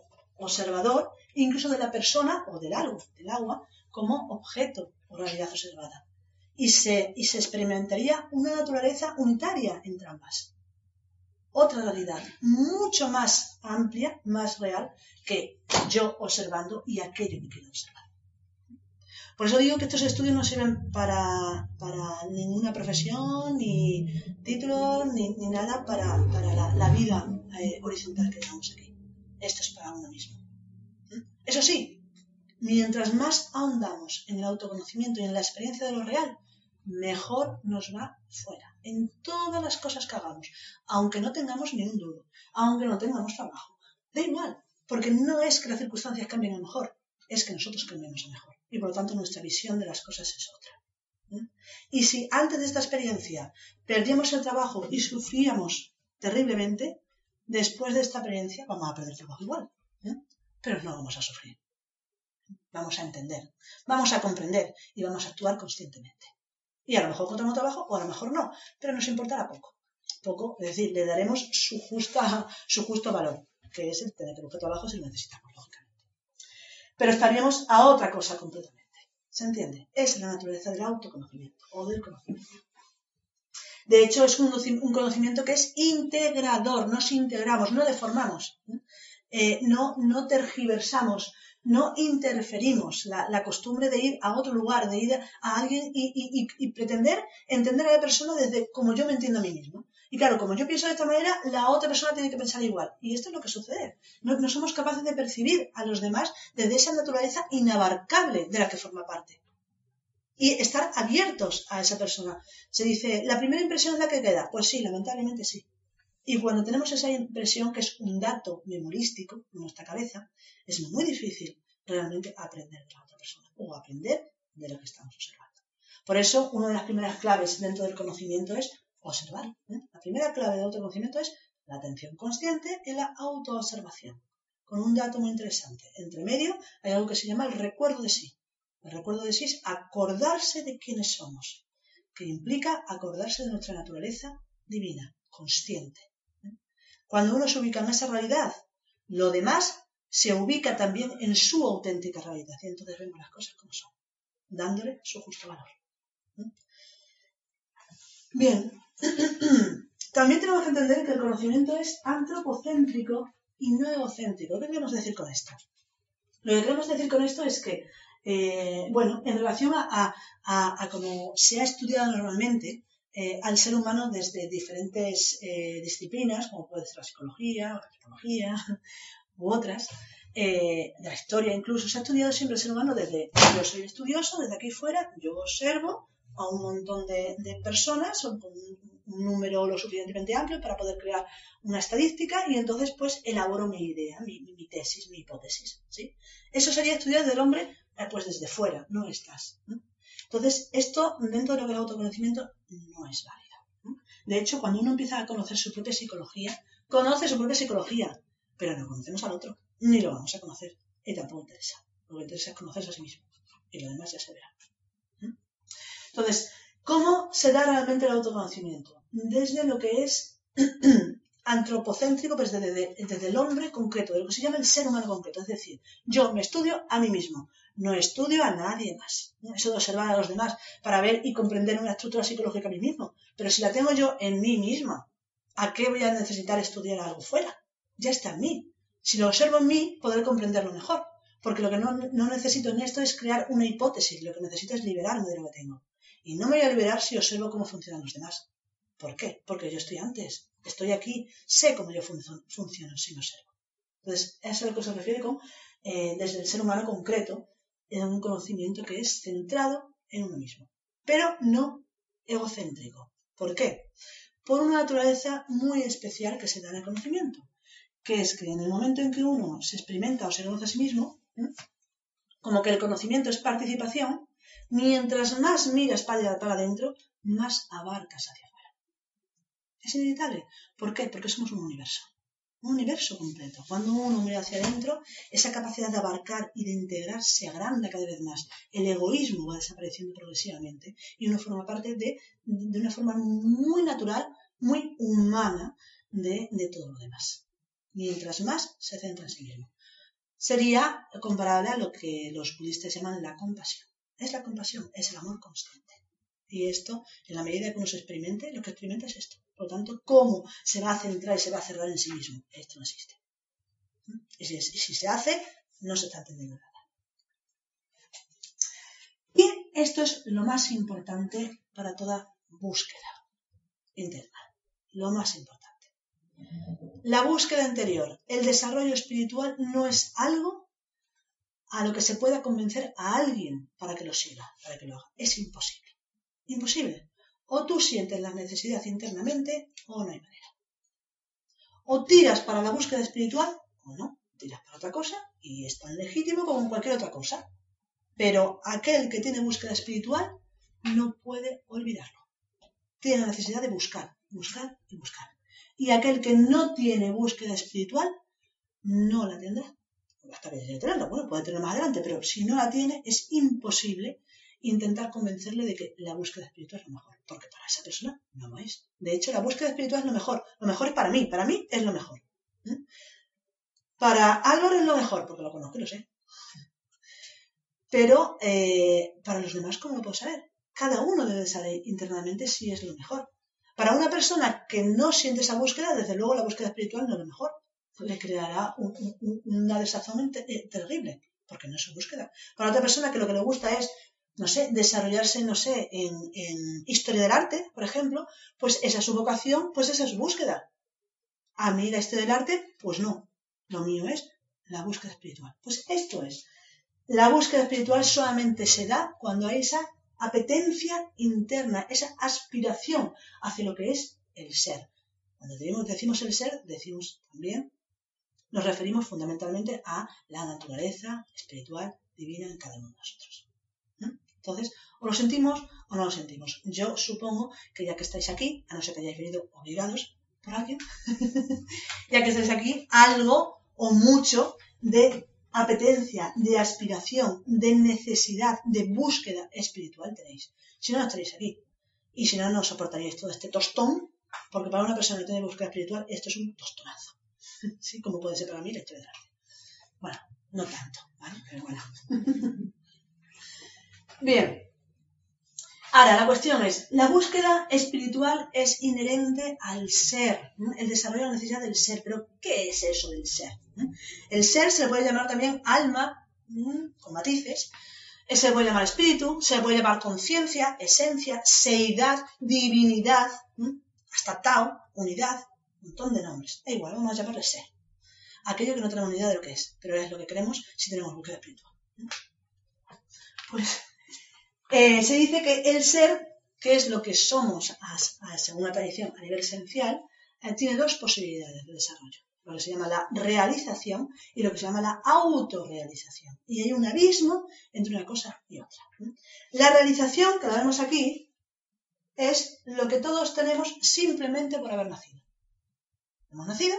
[SPEAKER 2] observador, incluso de la persona o del agua como objeto o realidad observada. Y se experimentaría una naturaleza unitaria entre ambas. Otra realidad mucho más amplia, más real, que yo observando y aquello que quiero observar. Por eso digo que estos estudios no sirven para ninguna profesión, ni títulos, ni nada para la vida horizontal que tenemos aquí. Esto es para uno mismo. Eso sí, mientras más ahondamos en el autoconocimiento y en la experiencia de lo real, mejor nos va fuera, en todas las cosas que hagamos, aunque no tengamos ni un duro, aunque no tengamos trabajo. Da igual, porque no es que las circunstancias cambien a mejor, es que nosotros cambiemos a mejor. Y por lo tanto nuestra visión de las cosas es otra. Y si antes de esta experiencia perdíamos el trabajo y sufríamos terriblemente, después de esta experiencia vamos a perder el trabajo igual. Pero no vamos a sufrir. Vamos a entender, vamos a comprender y vamos a actuar conscientemente. Y a lo mejor encontramos trabajo o a lo mejor no, pero nos importará poco. Poco, es decir, le daremos su justo valor, que es el tener que buscar trabajo si lo necesitamos, lógicamente. Pero estaríamos a otra cosa completamente. ¿Se entiende? Es la naturaleza del autoconocimiento o del conocimiento. De hecho, es un conocimiento que es integrador, nos integramos, no deformamos, no tergiversamos, no interferimos. La costumbre de ir a otro lugar, de ir a alguien y pretender entender a la persona desde como yo me entiendo a mí mismo. Y claro, como yo pienso de esta manera, la otra persona tiene que pensar igual. Y esto es lo que sucede. No somos capaces de percibir a los demás desde esa naturaleza inabarcable de la que forma parte. Y estar abiertos a esa persona. Se dice, ¿la primera impresión es la que queda? Pues sí, lamentablemente sí. Y cuando tenemos esa impresión, que es un dato memorístico en nuestra cabeza, es muy difícil realmente aprender de la otra persona o aprender de lo que estamos observando. Por eso, una de las primeras claves dentro del conocimiento es observar. La primera clave del autoconocimiento es la atención consciente y la autoobservación. Con un dato muy interesante. Entre medio hay algo que se llama el recuerdo de sí. El recuerdo de sí es acordarse de quiénes somos, que implica acordarse de nuestra naturaleza divina, consciente. Cuando uno se ubica en esa realidad, lo demás se ubica también en su auténtica realidad. Y entonces vemos las cosas como son, dándole su justo valor. Bien, también tenemos que entender que el conocimiento es antropocéntrico y no egocéntrico. ¿Qué queremos decir con esto? Lo que queremos decir con esto es que, en relación a cómo se ha estudiado normalmente al ser humano desde diferentes disciplinas, como puede ser la psicología, o la antropología u otras, de la historia incluso, se ha estudiado siempre el ser humano desde yo soy estudioso, desde aquí fuera, yo observo a un montón de personas, o con un número lo suficientemente amplio para poder crear una estadística y entonces pues elaboro mi idea, mi tesis, mi hipótesis, ¿sí? Eso sería estudiar del hombre pues desde fuera, no estás, ¿no? Entonces esto dentro de lo que es el autoconocimiento no es válido, ¿no? De hecho, cuando uno empieza a conocer su propia psicología, conoce su propia psicología, pero no conocemos al otro, ni lo vamos a conocer y tampoco interesa. Lo que interesa es conocerse a sí mismo y lo demás ya se verá. Entonces, ¿cómo se da realmente el autoconocimiento? Desde lo que es antropocéntrico, pues desde el hombre concreto, de lo que se llama el ser humano concreto. Es decir, yo me estudio a mí mismo, no estudio a nadie más. Eso de observar a los demás para ver y comprender una estructura psicológica a mí mismo. Pero si la tengo yo en mí misma, ¿a qué voy a necesitar estudiar algo fuera? Ya está en mí. Si lo observo en mí, podré comprenderlo mejor. Porque lo que no necesito en esto es crear una hipótesis, lo que necesito es liberarme de lo que tengo. Y no me voy a liberar si observo cómo funcionan los demás. ¿Por qué? Porque yo estoy antes, estoy aquí, sé cómo yo funciono sin observo. Entonces, eso es a lo que se refiere con, desde el ser humano concreto, en un conocimiento que es centrado en uno mismo. Pero no egocéntrico. ¿Por qué? Por una naturaleza muy especial que se da en el conocimiento, que es que en el momento en que uno se experimenta o se conoce a sí mismo, como que el conocimiento es participación, mientras más miras para adentro, más abarcas hacia afuera. Es inevitable. ¿Por qué? Porque somos un universo completo. Cuando uno mira hacia adentro, esa capacidad de abarcar y de integrar se agranda cada vez más. El egoísmo va desapareciendo progresivamente y uno forma parte de una forma muy natural, muy humana de todo lo demás. Mientras más se centra en sí mismo. sería comparable a lo que los budistas llaman la compasión. Es la compasión, es el amor constante. Y esto, en la medida que uno se experimente, lo que experimenta es esto. Por lo tanto, ¿cómo se va a centrar y se va a cerrar en sí mismo? Esto no existe. Y si se hace, no se está entendiendo nada. Y esto es lo más importante para toda búsqueda interna. Lo más importante. La búsqueda interior, el desarrollo espiritual no es algo a lo que se pueda convencer a alguien para que lo siga, para que lo haga. Es imposible. Imposible. O tú sientes la necesidad internamente o no hay manera. O tiras para la búsqueda espiritual o no. Tiras para otra cosa y es tan legítimo como cualquier otra cosa. Pero aquel que tiene búsqueda espiritual no puede olvidarlo. Tiene la necesidad de buscar, buscar y buscar. Y aquel que no tiene búsqueda espiritual no la tendrá. Hasta que desee tenerla, bueno, puede tenerla más adelante, pero si no la tiene es imposible intentar convencerle de que la búsqueda espiritual es lo mejor, porque para esa persona no lo es. De hecho, la búsqueda espiritual es lo mejor es para mí es lo mejor. Para Álvaro es lo mejor, porque lo conozco y lo sé. Pero para los demás, ¿cómo lo puedo saber? Cada uno debe saber internamente si es lo mejor. Para una persona que no siente esa búsqueda, desde luego la búsqueda espiritual no es lo mejor. Le creará una desazón terrible, porque no es su búsqueda. Para otra persona que lo que le gusta es, no sé, desarrollarse, no sé, en historia del arte, por ejemplo, pues esa es su vocación, pues esa es su búsqueda. A mí la historia del arte, pues no. Lo mío es la búsqueda espiritual. Pues esto es. La búsqueda espiritual solamente se da cuando hay esa apetencia interna, esa aspiración hacia lo que es el ser. Cuando decimos el ser, decimos también, nos referimos fundamentalmente a la naturaleza espiritual divina en cada uno de nosotros. Entonces, o lo sentimos o no lo sentimos. Yo supongo que ya que estáis aquí, a no ser que hayáis venido obligados por alguien, ya que estáis aquí, algo o mucho de apetencia, de aspiración, de necesidad, de búsqueda espiritual tenéis. Si no, no estaréis aquí. Y si no, no soportaríais todo este tostón, porque para una persona que tiene búsqueda espiritual, esto es un tostonazo. ¿Sí? Como puede ser para mí la historia del arte. Bueno, no tanto, ¿vale? Pero bueno. Bien. Ahora, la cuestión es, la búsqueda espiritual es inherente al ser, el desarrollo de la necesidad del ser. Pero, ¿qué es eso del ser? El ser se le puede llamar también alma, con matices, se le puede llamar espíritu, se le puede llamar conciencia, esencia, seidad, divinidad, hasta Tao, unidad, un montón de nombres. Da igual, vamos a llamarle ser. Aquello que no tenemos ni idea de lo que es, pero es lo que queremos si tenemos búsqueda espiritual. Pues se dice que el ser, que es lo que somos según la tradición a nivel esencial, tiene dos posibilidades de desarrollo. Lo que se llama la realización y lo que se llama la autorrealización. Y hay un abismo entre una cosa y otra. La realización, que la vemos aquí, es lo que todos tenemos simplemente por haber nacido. Hemos nacido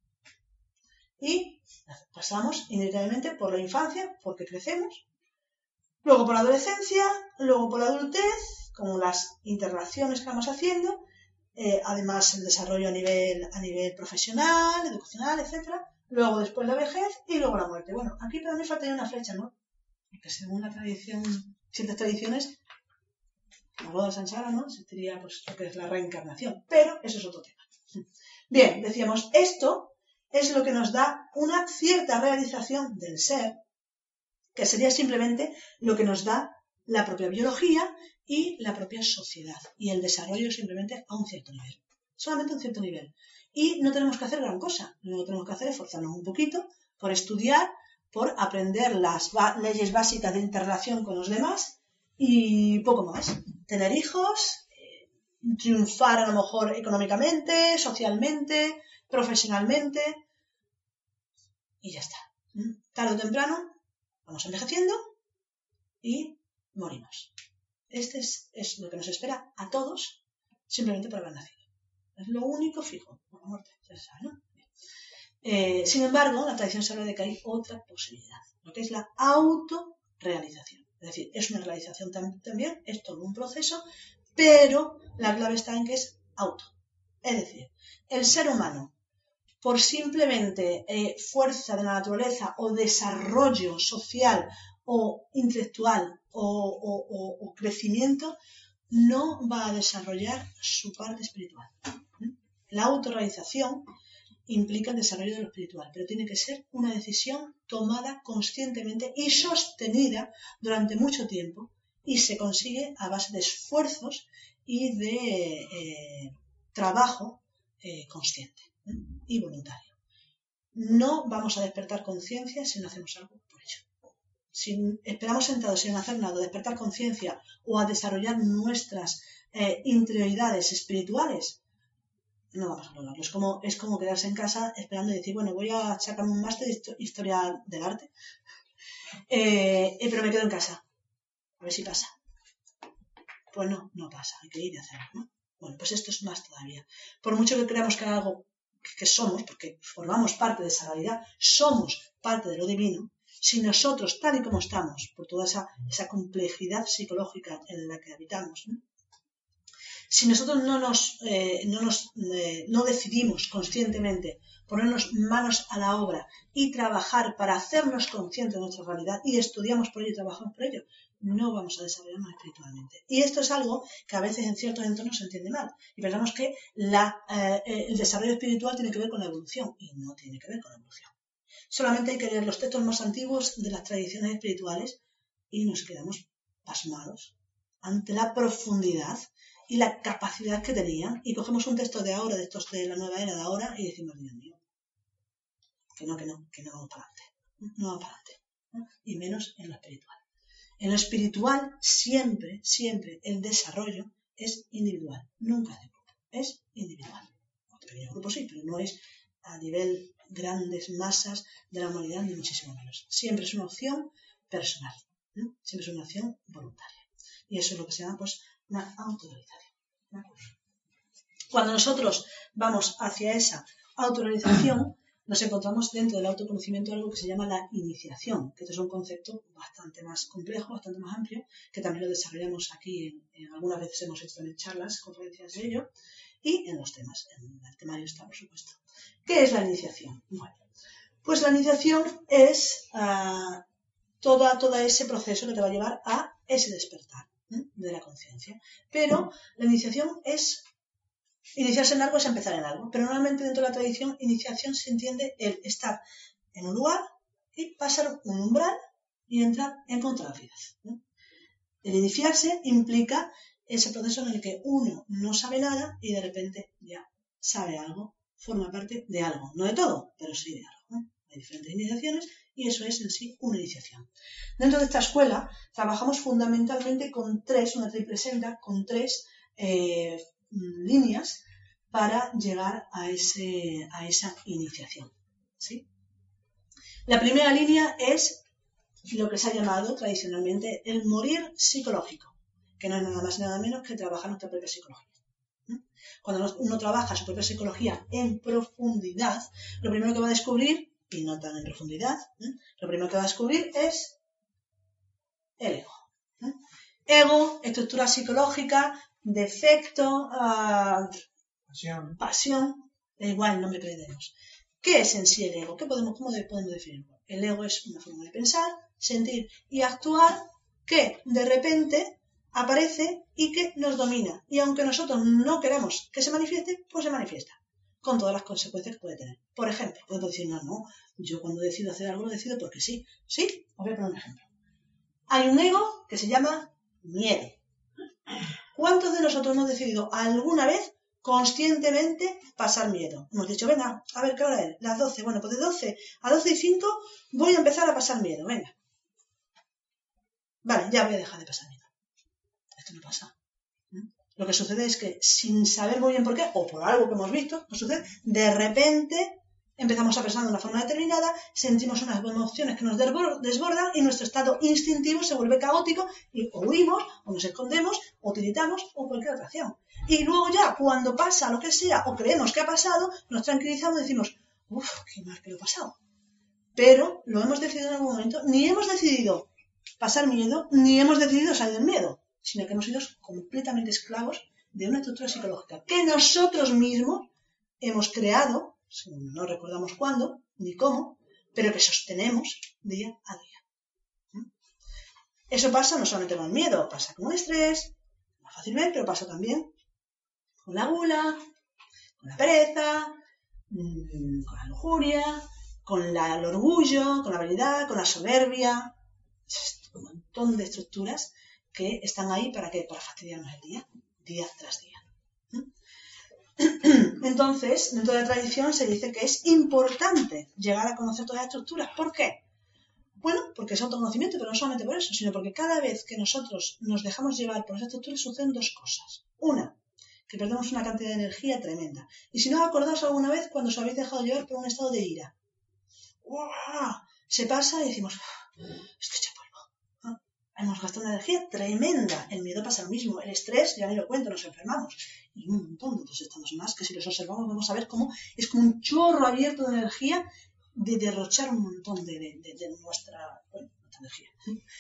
[SPEAKER 2] y pasamos inevitablemente por la infancia, porque crecemos, luego por la adolescencia, luego por la adultez, con las interrelaciones que vamos haciendo, además el desarrollo a nivel profesional, educacional, etc. Luego después la vejez y luego la muerte. Bueno, aquí para mí faltaría una flecha, ¿no? Porque según la tradición, ciertas tradiciones, la boda de Sansara, ¿no? Sería pues lo que es la reencarnación. Pero eso es otro tema. Bien, decíamos, esto es lo que nos da una cierta realización del ser, que sería simplemente lo que nos da la propia biología y la propia sociedad. Y el desarrollo simplemente a un cierto nivel. Solamente a un cierto nivel. Y no tenemos que hacer gran cosa. Lo que tenemos que hacer es esforzarnos un poquito por estudiar, por aprender las leyes básicas de interrelación con los demás y poco más. Tener hijos, triunfar a lo mejor económicamente, socialmente, profesionalmente y ya está. Tarde o temprano vamos envejeciendo y morimos. Este es lo que nos espera a todos simplemente por haber nacido. Es lo único fijo, la muerte, ya se sabe, ¿no? Sin embargo, la tradición se habla de que hay otra posibilidad, lo que es la autorrealización. Es decir, es una realización también, es todo un proceso, pero la clave está en que es auto. Es decir, el ser humano por simplemente fuerza de la naturaleza o desarrollo social o intelectual o crecimiento, no va a desarrollar su parte espiritual. La autorrealización implica el desarrollo de lo espiritual, pero tiene que ser una decisión tomada conscientemente y sostenida durante mucho tiempo, y se consigue a base de esfuerzos y de trabajo consciente y voluntario. No vamos a despertar conciencia si no hacemos algo por ello. Si esperamos sentados sin hacer nada, despertar conciencia o a desarrollar nuestras interioridades espirituales, no vamos a lograrlo. Es como quedarse en casa esperando y decir, bueno, voy a sacarme un máster de historia del arte, pero me quedo en casa. A ver si pasa. Pues no pasa, hay que ir y hacerlo, ¿no? Bueno, pues esto es más todavía. Por mucho que creamos que algo que somos, porque formamos parte de esa realidad, somos parte de lo divino, si nosotros, tal y como estamos, por toda esa complejidad psicológica en la que habitamos, ¿no? Si nosotros no decidimos conscientemente ponernos manos a la obra y trabajar para hacernos conscientes de nuestra realidad y estudiamos por ello y trabajamos por ello, no vamos a desarrollarnos espiritualmente. Y esto es algo que a veces en ciertos entornos se entiende mal. Y pensamos que el desarrollo espiritual tiene que ver con la evolución, y no tiene que ver con la evolución. Solamente hay que leer los textos más antiguos de las tradiciones espirituales y nos quedamos pasmados ante la profundidad y la capacidad que tenían, y cogemos un texto de ahora, de estos de la nueva era de ahora, y decimos, Dios mío, que no vamos para adelante, no vamos para adelante, ¿no? Y menos en lo espiritual. En lo espiritual siempre el desarrollo es individual, nunca es de grupo, es individual. En pequeños grupos sí, pero no es a nivel grandes masas de la humanidad, ni muchísimo menos. Siempre es una opción personal, ¿no? Siempre es una opción voluntaria. Y eso es lo que se llama, pues, una autorrealización. Cuando nosotros vamos hacia esa autorrealización, nos encontramos dentro del autoconocimiento algo que se llama la iniciación, que esto es un concepto bastante más complejo, bastante más amplio, que también lo desarrollamos aquí, algunas veces hemos hecho en charlas, conferencias de ello, y en los temas, en el temario está, por supuesto. ¿Qué es la iniciación? Bueno, pues la iniciación es todo ese proceso que te va a llevar a ese despertar de la conciencia. Pero la iniciación es, iniciarse en algo es empezar en algo, pero normalmente dentro de la tradición, iniciación se entiende el estar en un lugar y pasar un umbral y entrar en contrariedad, ¿no? El iniciarse implica ese proceso en el que uno no sabe nada y de repente ya sabe algo, forma parte de algo, no de todo, pero sí de algo, ¿no? Hay diferentes iniciaciones y eso es en sí una iniciación. Dentro de esta escuela trabajamos fundamentalmente con una triple senda, con tres líneas para llegar a esa iniciación, ¿sí? La primera línea es lo que se ha llamado tradicionalmente el morir psicológico, que no es nada más y nada menos que trabajar nuestra propia psicología. Cuando uno trabaja su propia psicología en profundidad, lo primero que va a descubrir, y no tan en profundidad, lo primero que va a descubrir es el ego. Ego, estructura psicológica, defecto, pasión, da igual el nombre que le demos. ¿Qué es en sí el ego? ¿Cómo podemos definirlo? El ego es una forma de pensar, sentir y actuar que de repente aparece y que nos domina. Y aunque nosotros no queramos que se manifieste, pues se manifiesta, con todas las consecuencias que puede tener. Por ejemplo, podemos decir, no, yo cuando decido hacer algo lo decido porque sí. Sí, os voy a poner un ejemplo. Hay un ego que se llama miedo. ¿Cuántos de nosotros hemos decidido alguna vez conscientemente pasar miedo? Hemos dicho, venga, a ver qué hora es, las 12. Bueno, pues de 12 a 12 y 5 voy a empezar a pasar miedo, venga. Vale, ya voy a dejar de pasar miedo. Esto no pasa. Lo que sucede es que sin saber muy bien por qué, o por algo que hemos visto, nos sucede, de repente empezamos a pensar de una forma determinada, sentimos unas emociones que nos desbordan y nuestro estado instintivo se vuelve caótico y o huimos, o nos escondemos, o tiritamos, o cualquier otra acción. Y luego ya, cuando pasa lo que sea, o creemos que ha pasado, nos tranquilizamos y decimos, uff, qué mal que lo he pasado. Pero lo hemos decidido en algún momento, ni hemos decidido pasar miedo, ni hemos decidido salir del miedo, sino que hemos sido completamente esclavos de una estructura psicológica que nosotros mismos hemos creado no recordamos cuándo ni cómo, pero que sostenemos día a día. Eso pasa no solamente con el miedo, pasa con el estrés, más fácilmente, pero pasa también con la gula, con la pereza, con la lujuria, con el orgullo, con la vanidad, con la soberbia. Un montón de estructuras que están ahí ¿para qué? Para fastidiarnos el día tras día. Entonces, dentro de la tradición se dice que es importante llegar a conocer todas las estructuras. ¿Por qué? Bueno, porque es autoconocimiento, pero no solamente por eso, sino porque cada vez que nosotros nos dejamos llevar por esas estructuras suceden dos cosas. Una, que perdemos una cantidad de energía tremenda. Y si no os acordáis alguna vez cuando os habéis dejado llevar por un estado de ira. ¡Uah! Se pasa y decimos, estoy hecho polvo. Hemos gastado una energía tremenda. El miedo pasa lo mismo. El estrés, ya ni lo cuento, nos enfermamos. Y un montón de otros estados más que si los observamos vamos a ver cómo es como un chorro abierto de energía de derrochar un montón de nuestra energía.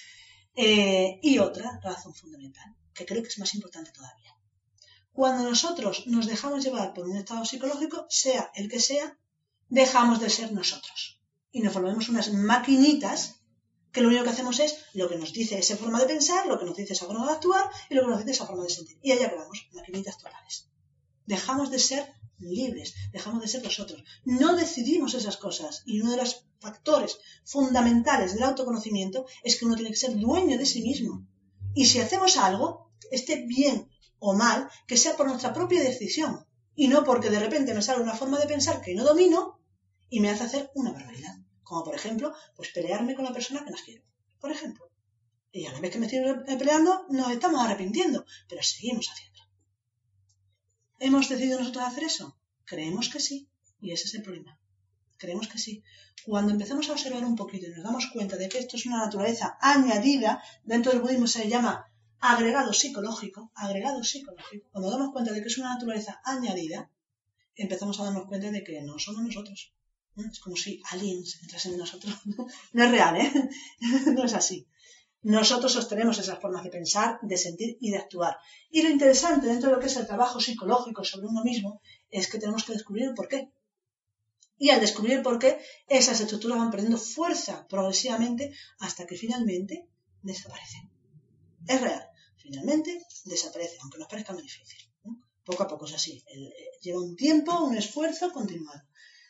[SPEAKER 2] Y otra razón fundamental, que creo que es más importante todavía. Cuando nosotros nos dejamos llevar por un estado psicológico, sea el que sea, dejamos de ser nosotros. Y nos volvemos unas maquinitas que lo único que hacemos es lo que nos dice esa forma de pensar, lo que nos dice esa forma de actuar y lo que nos dice esa forma de sentir. Y allá quedamos, maquinitas totales. Dejamos de ser libres, dejamos de ser nosotros. No decidimos esas cosas. Y uno de los factores fundamentales del autoconocimiento es que uno tiene que ser dueño de sí mismo. Y si hacemos algo, esté bien o mal, que sea por nuestra propia decisión. Y no porque de repente me sale una forma de pensar que no domino y me hace hacer una barbaridad. Como por ejemplo, pues pelearme con la persona que más quiero. Por ejemplo. Y a la vez que me estoy peleando, nos estamos arrepintiendo, pero seguimos haciendo. ¿Hemos decidido nosotros hacer eso? Creemos que sí, y ese es el problema. Creemos que sí. Cuando empezamos a observar un poquito y nos damos cuenta de que esto es una naturaleza añadida, dentro del budismo se llama agregado psicológico, cuando nos damos cuenta de que es una naturaleza añadida, empezamos a darnos cuenta de que no somos nosotros. Es como si aliens entrasen en nosotros. No es real, ¿eh? No es así. Nosotros sostenemos esas formas de pensar, de sentir y de actuar. Y lo interesante dentro de lo que es el trabajo psicológico sobre uno mismo es que tenemos que descubrir el porqué. Y al descubrir el porqué, esas estructuras van perdiendo fuerza progresivamente hasta que finalmente desaparecen. Es real. Finalmente desaparece, aunque nos parezca muy difícil. Poco a poco es así. Lleva un tiempo, un esfuerzo continuado.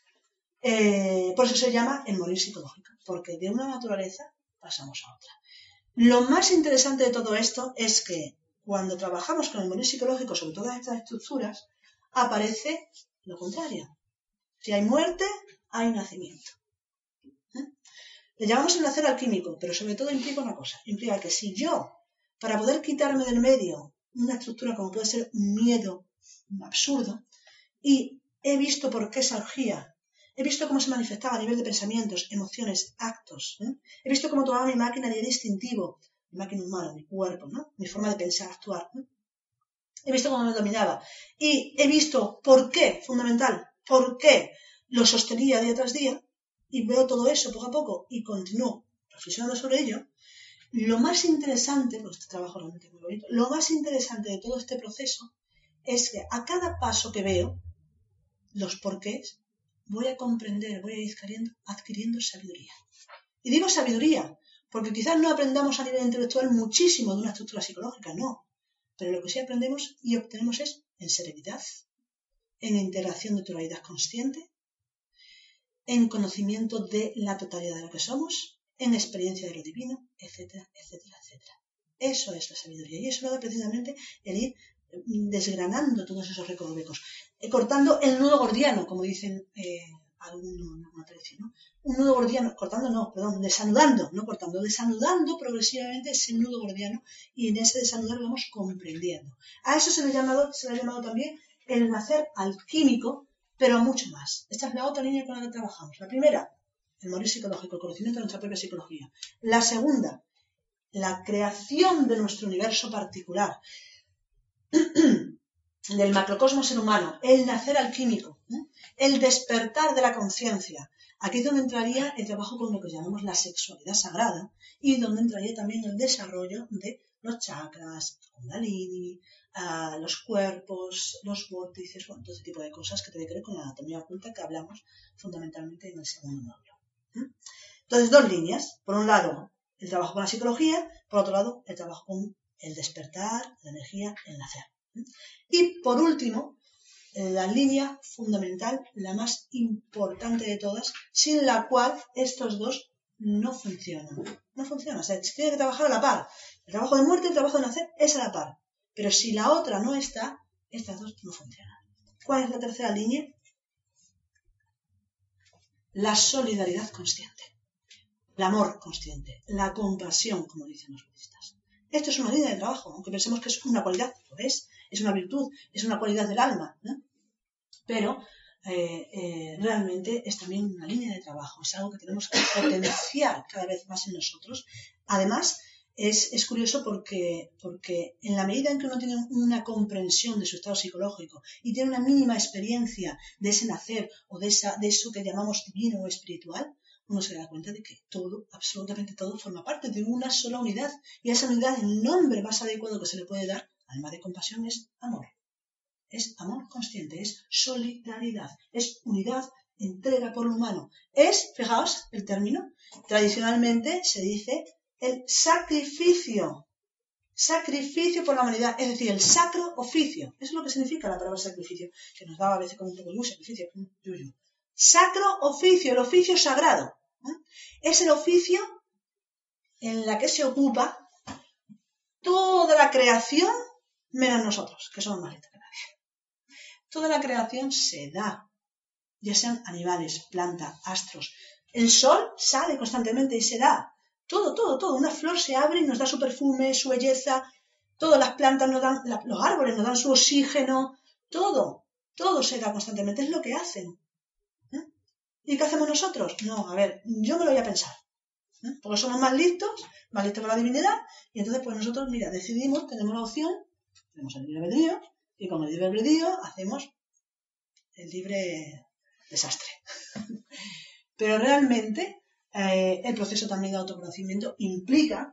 [SPEAKER 2] Por eso se llama el morir psicológico, porque de una naturaleza pasamos a otra. Lo más interesante de todo esto es que cuando trabajamos con el morir psicológico sobre todas estas estructuras, aparece lo contrario. Si hay muerte, hay nacimiento. Le llamamos el nacer alquímico, pero sobre todo implica una cosa. Implica que si yo, para poder quitarme del medio una estructura como puede ser un miedo absurdo, y he visto por qué surgía, he visto cómo se manifestaba a nivel de pensamientos, emociones, actos, he visto cómo tomaba mi máquina a nivel instintivo, mi máquina humana, mi cuerpo, mi forma de pensar, actuar, he visto cómo me dominaba y he visto por qué, fundamental, por qué lo sostenía día tras día y veo todo eso poco a poco y continúo reflexionando sobre ello. Lo más interesante, porque este trabajo realmente es muy bonito, lo más interesante de todo este proceso es que a cada paso que veo, los porqués, voy a comprender, voy a ir adquiriendo sabiduría. Y digo sabiduría, porque quizás no aprendamos a nivel intelectual muchísimo de una estructura psicológica, no. Pero lo que sí aprendemos y obtenemos es en serenidad, en integración de totalidad consciente, en conocimiento de la totalidad de lo que somos, en experiencia de lo divino, etcétera, etcétera, etcétera. Eso es la sabiduría y eso lo da precisamente el ir desgranando todos esos recovecos, cortando el nudo gordiano, como dicen alguna tradición, ¿no? Un nudo gordiano, desanudando, no cortando, desanudando progresivamente ese nudo gordiano y en ese desanudar vamos comprendiendo. A eso se le ha llamado también el nacer alquímico, pero mucho más. Esta es la otra línea con la que trabajamos. La primera, el morir psicológico, el conocimiento de nuestra propia psicología. La segunda, la creación de nuestro universo particular, del macrocosmos ser humano, el nacer alquímico, el despertar de la conciencia. Aquí es donde entraría el trabajo con lo que llamamos la sexualidad sagrada y donde entraría también el desarrollo de los chakras, Kundalini, los cuerpos, los vórtices, bueno, todo ese tipo de cosas que tiene que ver con la anatomía oculta que hablamos fundamentalmente en el segundo módulo. Entonces, dos líneas. Por un lado, el trabajo con la psicología, por otro lado, el trabajo con el despertar, la energía, el nacer. Y por último, la línea fundamental, la más importante de todas, sin la cual estos dos no funcionan. No funcionan. O sea, se tiene que trabajar a la par. El trabajo de muerte y el trabajo de nacer es a la par. Pero si la otra no está, estas dos no funcionan. ¿Cuál es la tercera línea? La solidaridad consciente. El amor consciente. La compasión, como dicen los budistas. Esto es una línea de trabajo, aunque pensemos que es una cualidad, lo es una virtud, es una cualidad del alma, ¿no? Pero realmente es también una línea de trabajo, es algo que tenemos que potenciar cada vez más en nosotros. Además, es curioso porque en la medida en que uno tiene una comprensión de su estado psicológico y tiene una mínima experiencia de ese nacer o de eso que llamamos divino o espiritual, uno se da cuenta de que todo, absolutamente todo, forma parte de una sola unidad. Y esa unidad, el nombre más adecuado que se le puede dar, además de compasión, es amor. Es amor consciente, es solidaridad, es unidad, entrega por lo humano. Es, fijaos, el término, tradicionalmente se dice el sacrificio. Sacrificio por la humanidad, es decir, el sacro oficio. Eso es lo que significa la palabra sacrificio, que nos daba a veces como un poco de sacrificio. Sacro oficio, el oficio sagrado. Es el oficio en la que se ocupa toda la creación menos nosotros, que somos más listos que nadie. Toda la creación se da, ya sean animales, plantas, astros. El sol sale constantemente y se da. Todo. Una flor se abre y nos da su perfume, su belleza. Todas las plantas nos dan, los árboles nos dan su oxígeno. Todo se da constantemente. Es lo que hacen. ¿Y qué hacemos nosotros? No, a ver, yo me lo voy a pensar. Porque somos más listos que la divinidad. Y entonces, pues nosotros, mira, decidimos, tenemos la opción, tenemos el libre albedrío, y con el libre albedrío hacemos el libre desastre. Pero realmente, el proceso también de autoconocimiento implica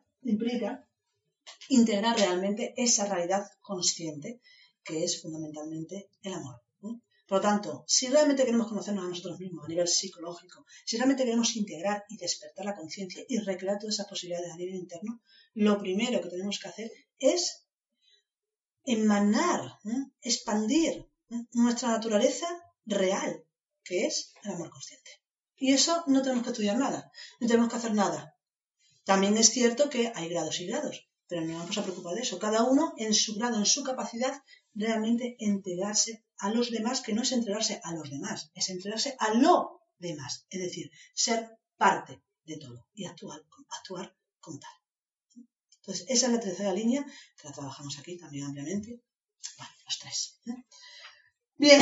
[SPEAKER 2] integrar realmente esa realidad consciente, que es fundamentalmente el amor. Por lo tanto, si realmente queremos conocernos a nosotros mismos a nivel psicológico, si realmente queremos integrar y despertar la conciencia y recrear todas esas posibilidades a nivel interno, lo primero que tenemos que hacer es emanar, expandir nuestra naturaleza real, que es el amor consciente. Y eso no tenemos que estudiar nada, no tenemos que hacer nada. También es cierto que hay grados y grados, pero no vamos a preocupar de eso. Cada uno en su grado, en su capacidad, realmente entregarse a los demás, que no es entregarse a los demás, es entregarse a lo demás. Es decir, ser parte de todo y actuar como tal. Entonces, esa es la tercera línea, que la trabajamos aquí también ampliamente. Bueno, los tres. Bien,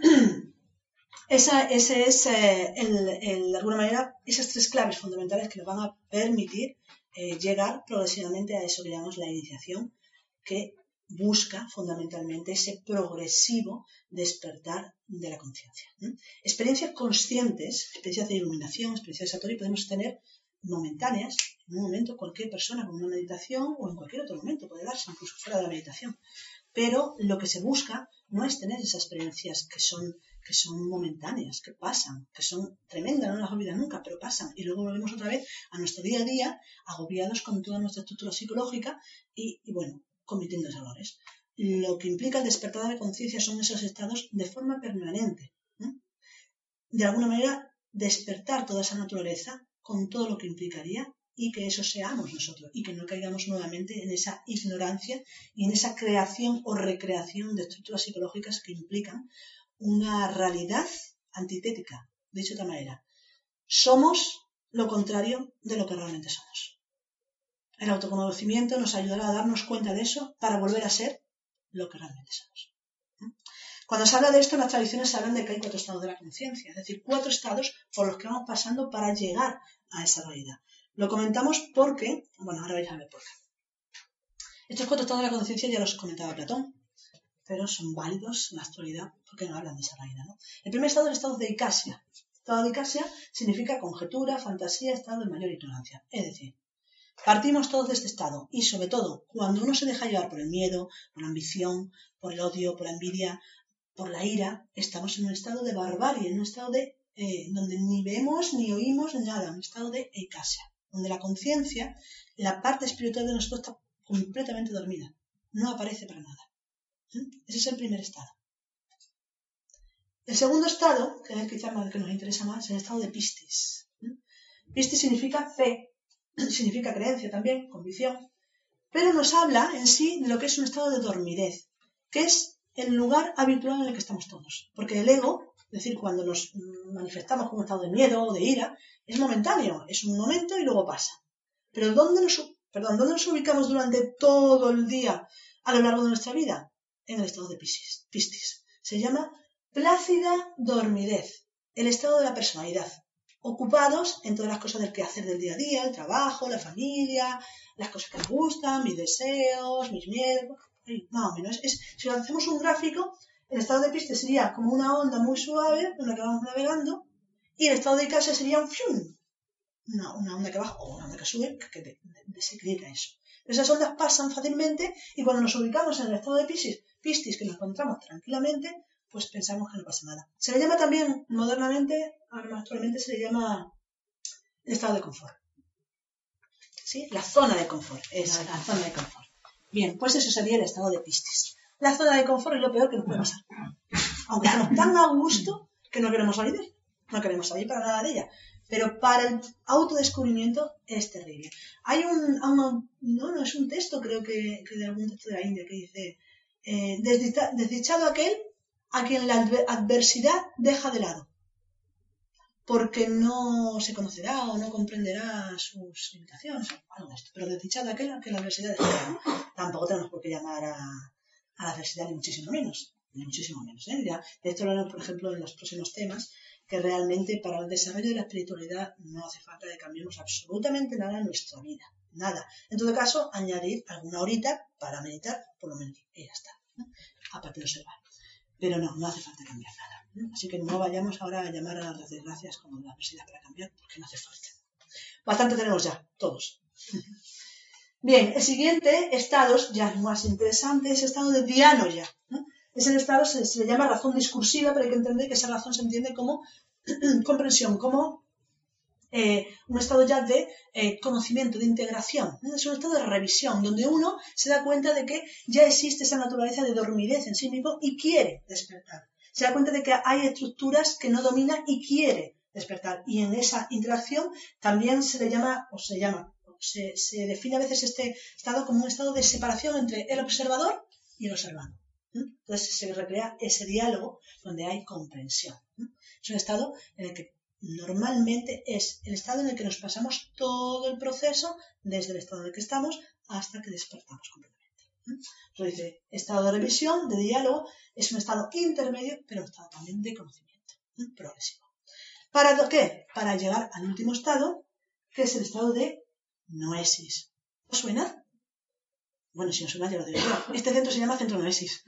[SPEAKER 2] ese es, de alguna manera, esas tres claves fundamentales que nos van a permitir llegar progresivamente a eso que llamamos la iniciación, que busca fundamentalmente ese progresivo despertar de la conciencia. Experiencias conscientes, experiencias de iluminación, experiencias de satori podemos tener momentáneas, en un momento cualquier persona con una meditación o en cualquier otro momento puede darse, incluso fuera de la meditación. Pero lo que se busca no es tener esas experiencias que son momentáneas, que pasan, que son tremendas, no las olvidan nunca, pero pasan. Y luego volvemos otra vez a nuestro día a día, agobiados con toda nuestra estructura psicológica y bueno, cometiendo errores. Lo que implica el despertar de la conciencia son esos estados de forma permanente. De alguna manera, despertar toda esa naturaleza con todo lo que implicaría y que eso seamos nosotros y que no caigamos nuevamente en esa ignorancia y en esa creación o recreación de estructuras psicológicas que implican una realidad antitética. Dicho de otra manera, somos lo contrario de lo que realmente somos. El autoconocimiento nos ayudará a darnos cuenta de eso para volver a ser lo que realmente somos. Cuando se habla de esto, en las tradiciones se hablan de que hay 4 estados de la conciencia, es decir, 4 estados por los que vamos pasando para llegar a esa realidad. Lo comentamos porque, bueno, ahora vais a ver por qué. Estos 4 estados de la conciencia ya los comentaba Platón, pero son válidos en la actualidad porque no hablan de esa realidad, ¿no? El primer estado es el estado de Icasia. El estado de Icasia significa conjetura, fantasía, estado de mayor ignorancia. Es decir, Partimos todos de este estado y sobre todo cuando uno se deja llevar por el miedo, por la ambición, por el odio, por la envidia, por la ira, estamos en un estado de barbarie, en un estado de donde ni vemos ni oímos nada, un estado de eikasia, donde la conciencia, la parte espiritual de nosotros está completamente dormida, no aparece para nada. Ese es el primer estado. El segundo estado, que es el quizá el que nos interesa más, es el estado de pistis. Pistis significa fe, significa creencia también, convicción, pero nos habla en sí de lo que es un estado de dormidez, que es el lugar habitual en el que estamos todos. Porque el ego, es decir, cuando nos manifestamos como un estado de miedo o de ira, es momentáneo, es un momento y luego pasa. Pero ¿dónde nos ubicamos durante todo el día a lo largo de nuestra vida? En el estado de pistis. Se llama plácida dormidez, el estado de la personalidad. Ocupados en todas las cosas del quehacer del día a día, el trabajo, la familia, las cosas que nos gustan, mis deseos, mis miedos, más o menos. Si hacemos un gráfico, el estado de pistis sería como una onda muy suave en la que vamos navegando, y el estado de eikasia sería un fium, una onda que baja o una onda que sube, que desequilibra eso. Esas ondas pasan fácilmente y cuando nos ubicamos en el estado de pistis, que nos encontramos tranquilamente, pues pensamos que no pasa nada. Se le llama también, modernamente, actualmente se le llama el estado de confort. ¿Sí? La zona de confort. Es la zona de confort. Bien, pues eso sería el estado de pistis. La zona de confort es lo peor que nos puede pasar. Aunque estamos tan a gusto que no queremos salir de ella. No queremos salir para nada de ella. Pero para el autodescubrimiento es terrible. Hay no es un texto, creo que de algún texto de la India, que dice, desdichado aquel a quien la adversidad deja de lado, porque no se conocerá o no comprenderá sus limitaciones, algo de esto. Pero desdichado aquel a quien la adversidad deja de lado. Tampoco tenemos por qué llamar a la adversidad ni muchísimo menos. Ya, de esto hablaremos, por ejemplo, en los próximos temas, que realmente para el desarrollo de la espiritualidad no hace falta que cambiemos absolutamente nada en nuestra vida. Nada. En todo caso, añadir alguna horita para meditar, por lo menos, y ya está, ¿no? Aparte de observar. Pero no hace falta cambiar nada, ¿no? Así que no vayamos ahora a llamar a las desgracias como la adversidad para cambiar, porque no hace falta. Bastante tenemos ya, todos. Bien, el siguiente estado, ya más interesante, es el estado de Dhyanoya, ¿no? Ese estado se le llama razón discursiva, pero hay que entender que esa razón se entiende como comprensión, como un estado ya de conocimiento, de integración, ¿no? Es un estado de revisión, donde uno se da cuenta de que ya existe esa naturaleza de dormidez en sí mismo y quiere despertar. Se da cuenta de que hay estructuras que no domina y quiere despertar. Y en esa interacción también se define a veces este estado como un estado de separación entre el observador y el observado. Entonces se recrea ese diálogo donde hay comprensión. Es un estado en el que normalmente es el estado en el que nos pasamos todo el proceso desde el estado en el que estamos hasta que despertamos completamente. Entonces dice, estado de revisión, de diálogo, es un estado intermedio, pero un estado también de conocimiento progresivo. ¿Para qué? Para llegar al último estado, que es el estado de noesis. ¿Os suena? Bueno, si no suena, ya lo digo yo. Este centro se llama Centro Noesis.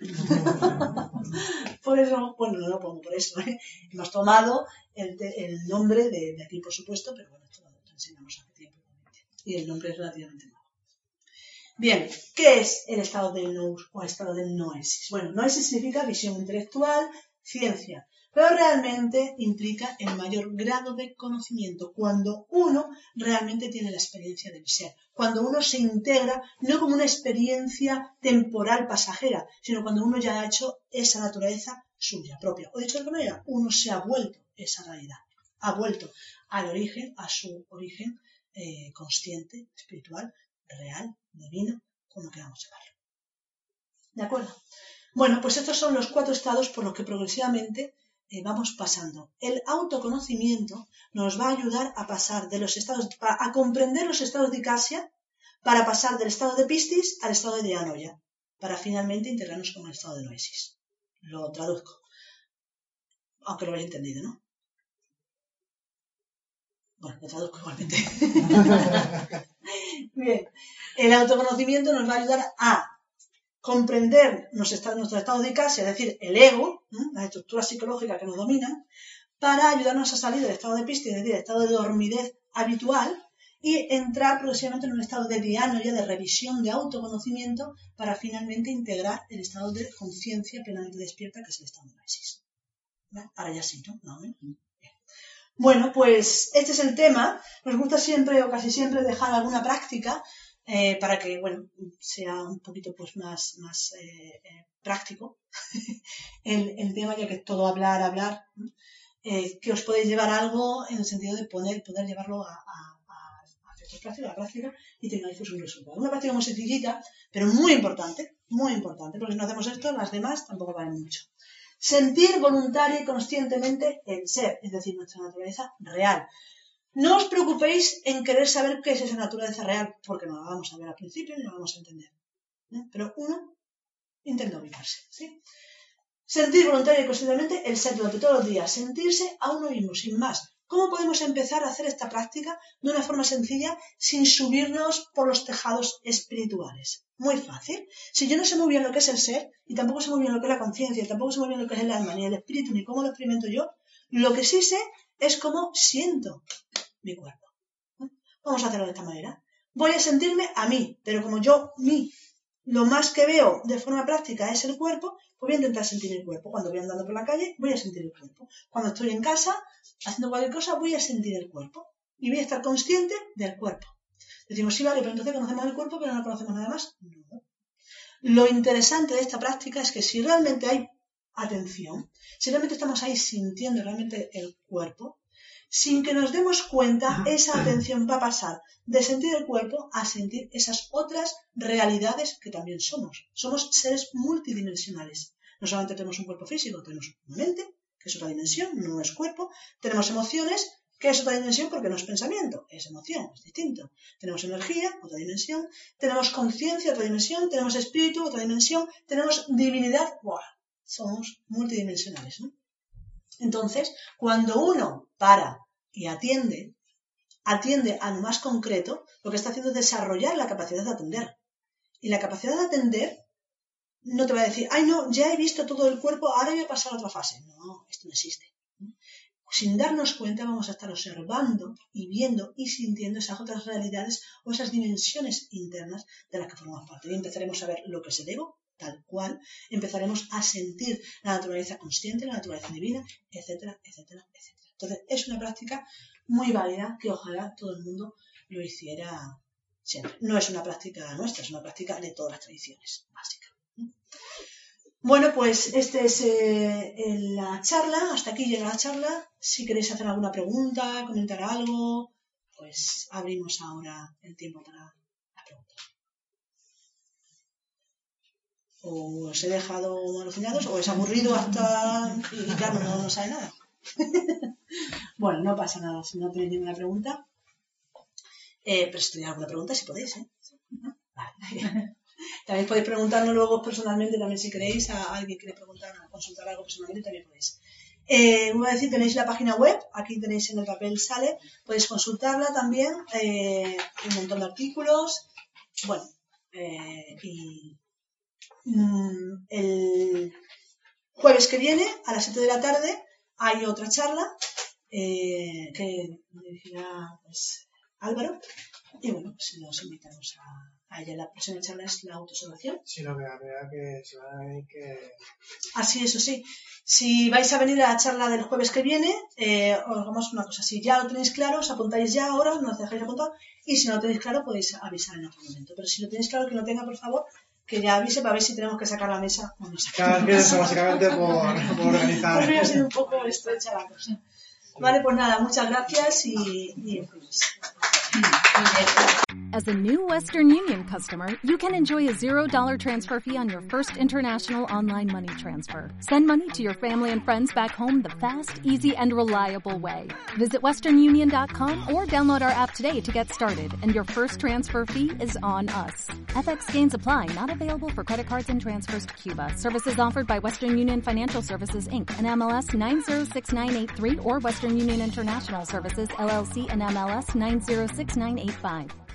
[SPEAKER 2] Por eso, bueno, no lo pongo por eso, ¿eh? Hemos tomado el nombre de aquí, por supuesto, pero bueno, esto lo enseñamos hace tiempo. Y el nombre es relativamente nuevo. Bien, ¿qué es el estado de nous o estado de noesis? Bueno, noesis significa visión intelectual, ciencia, pero realmente implica el mayor grado de conocimiento, cuando uno realmente tiene la experiencia del ser, cuando uno se integra no como una experiencia temporal pasajera, sino cuando uno ya ha hecho esa naturaleza suya, propia. O dicho de otra manera, uno se ha vuelto esa realidad, ha vuelto al origen, a su origen consciente, espiritual, real, divino, como queramos llamarlo. ¿De acuerdo? Bueno, pues estos son los 4 estados por los que progresivamente vamos pasando. El autoconocimiento nos va a ayudar a pasar de los estados, a comprender los estados de eikasia, para pasar del estado de pistis al estado de dhyanoya, para finalmente integrarnos con el estado de noesis. Lo traduzco, aunque lo habéis entendido, ¿no? Bueno, lo traduzco igualmente. Bien, el autoconocimiento nos va a ayudar a comprender nuestro estado de eikasia, es decir, el ego, las estructuras psicológicas que nos dominan, para ayudarnos a salir del estado de pistis, es decir, el estado de dormidez habitual, y entrar progresivamente en un estado de diánoa, de revisión, de autoconocimiento, para finalmente integrar el estado de conciencia plenamente despierta, que es el estado de Gnosis. ¿Vale? Ahora ya sí, ¿no? ¿No? Bien. Bueno, pues este es el tema. Nos gusta siempre o casi siempre dejar alguna práctica para que, bueno, sea un poquito pues más práctico el tema, ya que es todo hablar, ¿no? Que os podéis llevar algo en el sentido de poder llevarlo a la práctica y tengáis pues un resultado. Una práctica muy sencillita, pero muy importante, porque si no hacemos esto, las demás tampoco valen mucho. Sentir voluntaria y conscientemente el ser, es decir, nuestra naturaleza real. No os preocupéis en querer saber qué es esa naturaleza real, porque no la vamos a ver al principio ni la vamos a entender. Pero uno intenta ubicarse, ¿sí? Sentir voluntaria y conscientemente el ser durante todos los días, sentirse a uno mismo, sin más. ¿Cómo podemos empezar a hacer esta práctica de una forma sencilla sin subirnos por los tejados espirituales? Muy fácil. Si yo no sé muy bien lo que es el ser, y tampoco sé muy bien lo que es la conciencia, y tampoco sé muy bien lo que es el alma, ni el espíritu, ni cómo lo experimento yo, lo que sí sé es cómo siento mi cuerpo. Vamos a hacerlo de esta manera. Voy a sentirme a mí, pero como yo, lo más que veo de forma práctica es el cuerpo, pues voy a intentar sentir el cuerpo. Cuando voy andando por la calle, voy a sentir el cuerpo. Cuando estoy en casa, haciendo cualquier cosa, voy a sentir el cuerpo. Y voy a estar consciente del cuerpo. Decimos, sí, vale, pero entonces conocemos el cuerpo, pero no conocemos nada más. No. Lo interesante de esta práctica es que si realmente hay atención, si realmente estamos ahí sintiendo realmente el cuerpo, sin que nos demos cuenta, esa atención va a pasar de sentir el cuerpo a sentir esas otras realidades que también somos. Somos seres multidimensionales. No solamente tenemos un cuerpo físico, tenemos una mente, que es otra dimensión, no es cuerpo. Tenemos emociones, que es otra dimensión porque no es pensamiento, es emoción, es distinto. Tenemos energía, otra dimensión. Tenemos conciencia, otra dimensión. Tenemos espíritu, otra dimensión. Tenemos divinidad. ¡Buah! Somos multidimensionales, ¿no? Entonces, cuando uno para y atiende a lo más concreto, lo que está haciendo es desarrollar la capacidad de atender. Y la capacidad de atender no te va a decir, ay no, ya he visto todo el cuerpo, ahora voy a pasar a otra fase. No, esto no existe. Sin darnos cuenta vamos a estar observando y viendo y sintiendo esas otras realidades o esas dimensiones internas de las que formamos parte. Y empezaremos a ver lo que es el ego, tal cual, empezaremos a sentir la naturaleza consciente, la naturaleza divina, etcétera, etcétera, etcétera. Entonces, es una práctica muy válida que ojalá todo el mundo lo hiciera siempre. No es una práctica nuestra, es una práctica de todas las tradiciones básicas. Bueno, pues este es la charla, hasta aquí llega la charla. Si queréis hacer alguna pregunta, comentar algo, pues abrimos ahora el tiempo para la pregunta. O os he dejado alucinados, o es aburrido hasta y ya no sabe nada. Bueno, no pasa nada si no tenéis ninguna pregunta. Pero si tenéis alguna pregunta, si podéis, Vale. También podéis preguntarnos luego personalmente, también si queréis, a alguien quiere preguntar o consultar algo personalmente, también podéis. Voy a decir, tenéis la página web, aquí tenéis en el papel sale, podéis consultarla también, un montón de artículos. Bueno, y el jueves que viene a las 7 de la tarde hay otra charla que dirigirá pues, Álvaro, y bueno, pues los invitamos a ella. La próxima charla es la autoobservación.
[SPEAKER 3] Sí, lo que vea que se van a venir que...
[SPEAKER 2] Así, eso sí. Si vais a venir a la charla del jueves que viene, os hagamos una cosa. Si ya lo tenéis claro, os apuntáis ya ahora, no os dejáis apuntar, y si no lo tenéis claro, podéis avisar en otro momento. Pero si lo tenéis claro, que lo tenga, por favor, que ya avise para ver si tenemos que sacar la mesa o no sacar.
[SPEAKER 3] Claro, que eso básicamente por organizar.
[SPEAKER 2] Podría ser un poco estrecha la cosa. Vale, pues nada, muchas gracias y
[SPEAKER 4] As a new Western Union customer, you can enjoy a $0 transfer fee on your first international online money transfer. Send money to your family and friends back home the fast, easy, and reliable way. Visit westernunion.com or download our app today to get started, and your first transfer fee is on us. FX gains apply, not available for credit cards and transfers to Cuba. Services offered by Western Union Financial Services, Inc., and MLS 906983, or Western Union International Services, LLC, and MLS 906985.